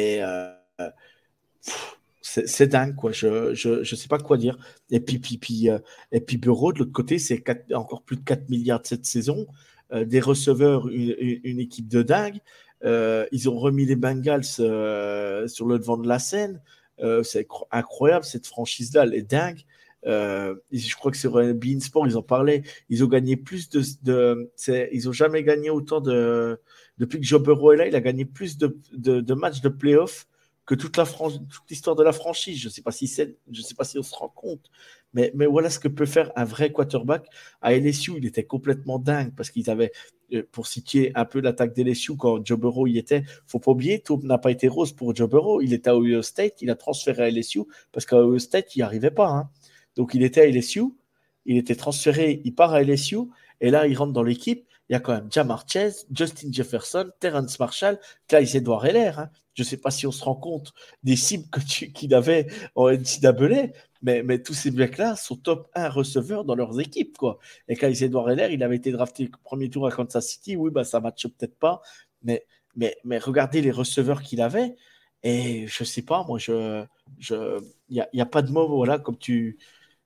c'est dingue, quoi. Je sais pas quoi dire. Et puis Bureau, de l'autre côté, c'est encore plus de 4 milliards cette saison. Des receveurs, une équipe de dingue. Ils ont remis les Bengals sur le devant de la scène. C'est incroyable, cette franchise-là, elle est dingue. Je crois que sur Bein Sport, ils en parlaient. Ils ont gagné plus ils ont jamais gagné autant de. Depuis que Joe Burrow est là, il a gagné plus de matchs de playoffs que toute l'histoire de la franchise. Je ne sais pas si on se rend compte, mais voilà ce que peut faire un vrai quarterback. À LSU, il était complètement dingue parce qu'ils avaient, pour citer un peu l'attaque d'LSU quand Joe Burrow y était, faut pas oublier, tout n'a pas été rose pour Joe Burrow. Il était à Ohio State, il a transféré à LSU parce qu'à Ohio State, il n'y arrivait pas. Hein. Donc il était à LSU, il était transféré, il part à LSU, et là, il rentre dans l'équipe. Il y a quand même Ja'Marr Chase, Justin Jefferson, Terrence Marshall, Clyde Edwards-Helaire. Hein. Je ne sais pas si on se rend compte des cibles qu'il avait en NCAA, mais tous ces mecs-là sont top 1 receveurs dans leurs équipes. Quoi. Et Clyde Edwards-Helaire, il avait été drafté premier tour à Kansas City. Oui, bah, ça ne matche peut-être pas, mais regardez les receveurs qu'il avait. Et je ne sais pas, moi, il n'y a pas de mots, voilà, comme tu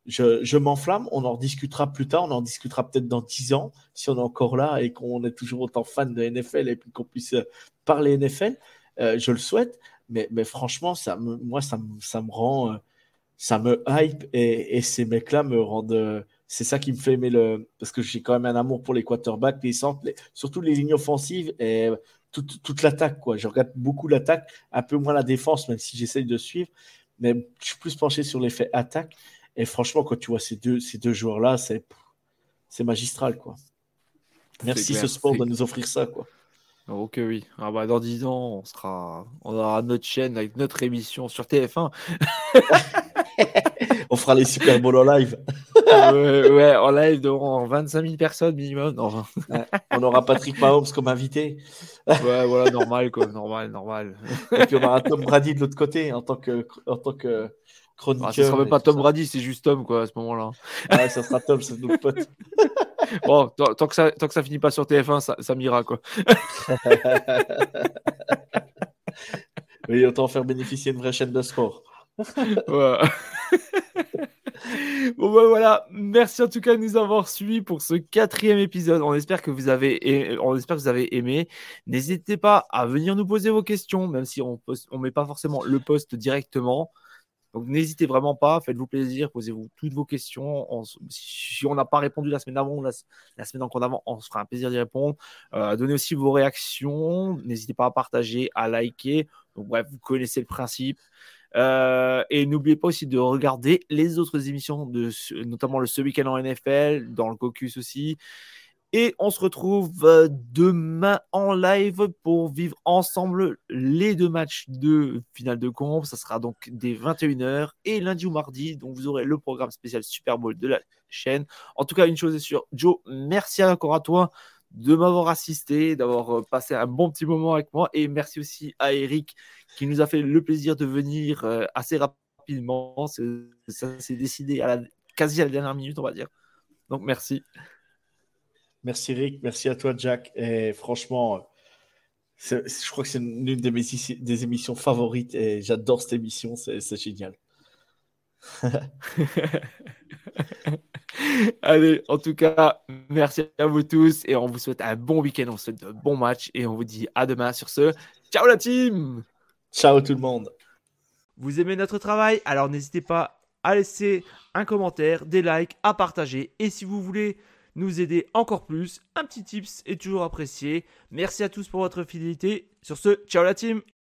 je m'enflamme, on en discutera plus tard, on en discutera peut-être dans 10 ans, si on est encore là et qu'on est toujours autant fan de NFL et puis qu'on puisse parler NFL. Je le souhaite, mais franchement, ça me rend, ça me hype et ces mecs-là me rendent. C'est ça qui me fait aimer parce que j'ai quand même un amour pour les quarterbacks, les centres, surtout les lignes offensives et toute l'attaque, quoi. Je regarde beaucoup l'attaque, un peu moins la défense, même si j'essaye de suivre, mais je suis plus penché sur l'effet attaque. Et franchement, quand tu vois ces deux joueurs-là, c'est magistral, quoi. Merci clair, ce sport de nous offrir ça, quoi. Ok, oui. Ah bah, dans 10 ans, on aura notre chaîne avec notre émission sur TF1. On fera les Super Bowl en live. Ouais, en live devant 25 000 personnes minimum. Non. Ouais, on aura Patrick Mahomes comme invité. Ouais, voilà, normal, quoi. Normal. Et puis on aura Tom Brady de l'autre côté en tant que chroniqueur. Ah, ce sera même pas Tom Brady, c'est juste Tom, quoi, à ce moment-là. Ouais, ça sera Tom, c'est notre pote. Bon, tant que ça finit pas sur TF1, ça m'ira, quoi. Oui, autant faire bénéficier une vraie chaîne de sport. Ouais. Bon bah voilà, merci en tout cas de nous avoir suivis pour ce 4e épisode. On espère que vous avez aimé. N'hésitez pas à venir nous poser vos questions, même si on met pas forcément le post directement. Donc n'hésitez vraiment pas, faites-vous plaisir, posez-vous toutes vos questions. Si on n'a pas répondu la semaine avant, la semaine encore avant, on se fera un plaisir d'y répondre. Donnez aussi vos réactions, n'hésitez pas à partager, à liker. Donc bref, vous connaissez le principe. Et n'oubliez pas aussi de regarder les autres émissions, notamment le Ce Week-end en NFL, dans le Caucus aussi. Et on se retrouve demain en live pour vivre ensemble les 2 matchs de finale de conf. Ça sera donc dès 21h et lundi ou mardi. Donc vous aurez le programme spécial Super Bowl de la chaîne. En tout cas, une chose est sûre, Joe, merci encore à toi de m'avoir assisté, d'avoir passé un bon petit moment avec moi. Et merci aussi à Eric qui nous a fait le plaisir de venir assez rapidement. Ça s'est décidé quasi à la dernière minute, on va dire. Donc merci. Merci Rick, merci à toi Jack. Et franchement, je crois que c'est une des émissions favorites et j'adore cette émission, c'est génial. Allez, en tout cas, merci à vous tous et on vous souhaite un bon week-end, on vous souhaite de bons matchs et on vous dit à demain sur ce. Ciao la team! Ciao tout le monde! Vous aimez notre travail? Alors n'hésitez pas à laisser un commentaire, des likes, à partager et si vous voulez nous aider encore plus, un petit tips est toujours apprécié. Merci à tous pour votre fidélité. Sur ce, ciao la team!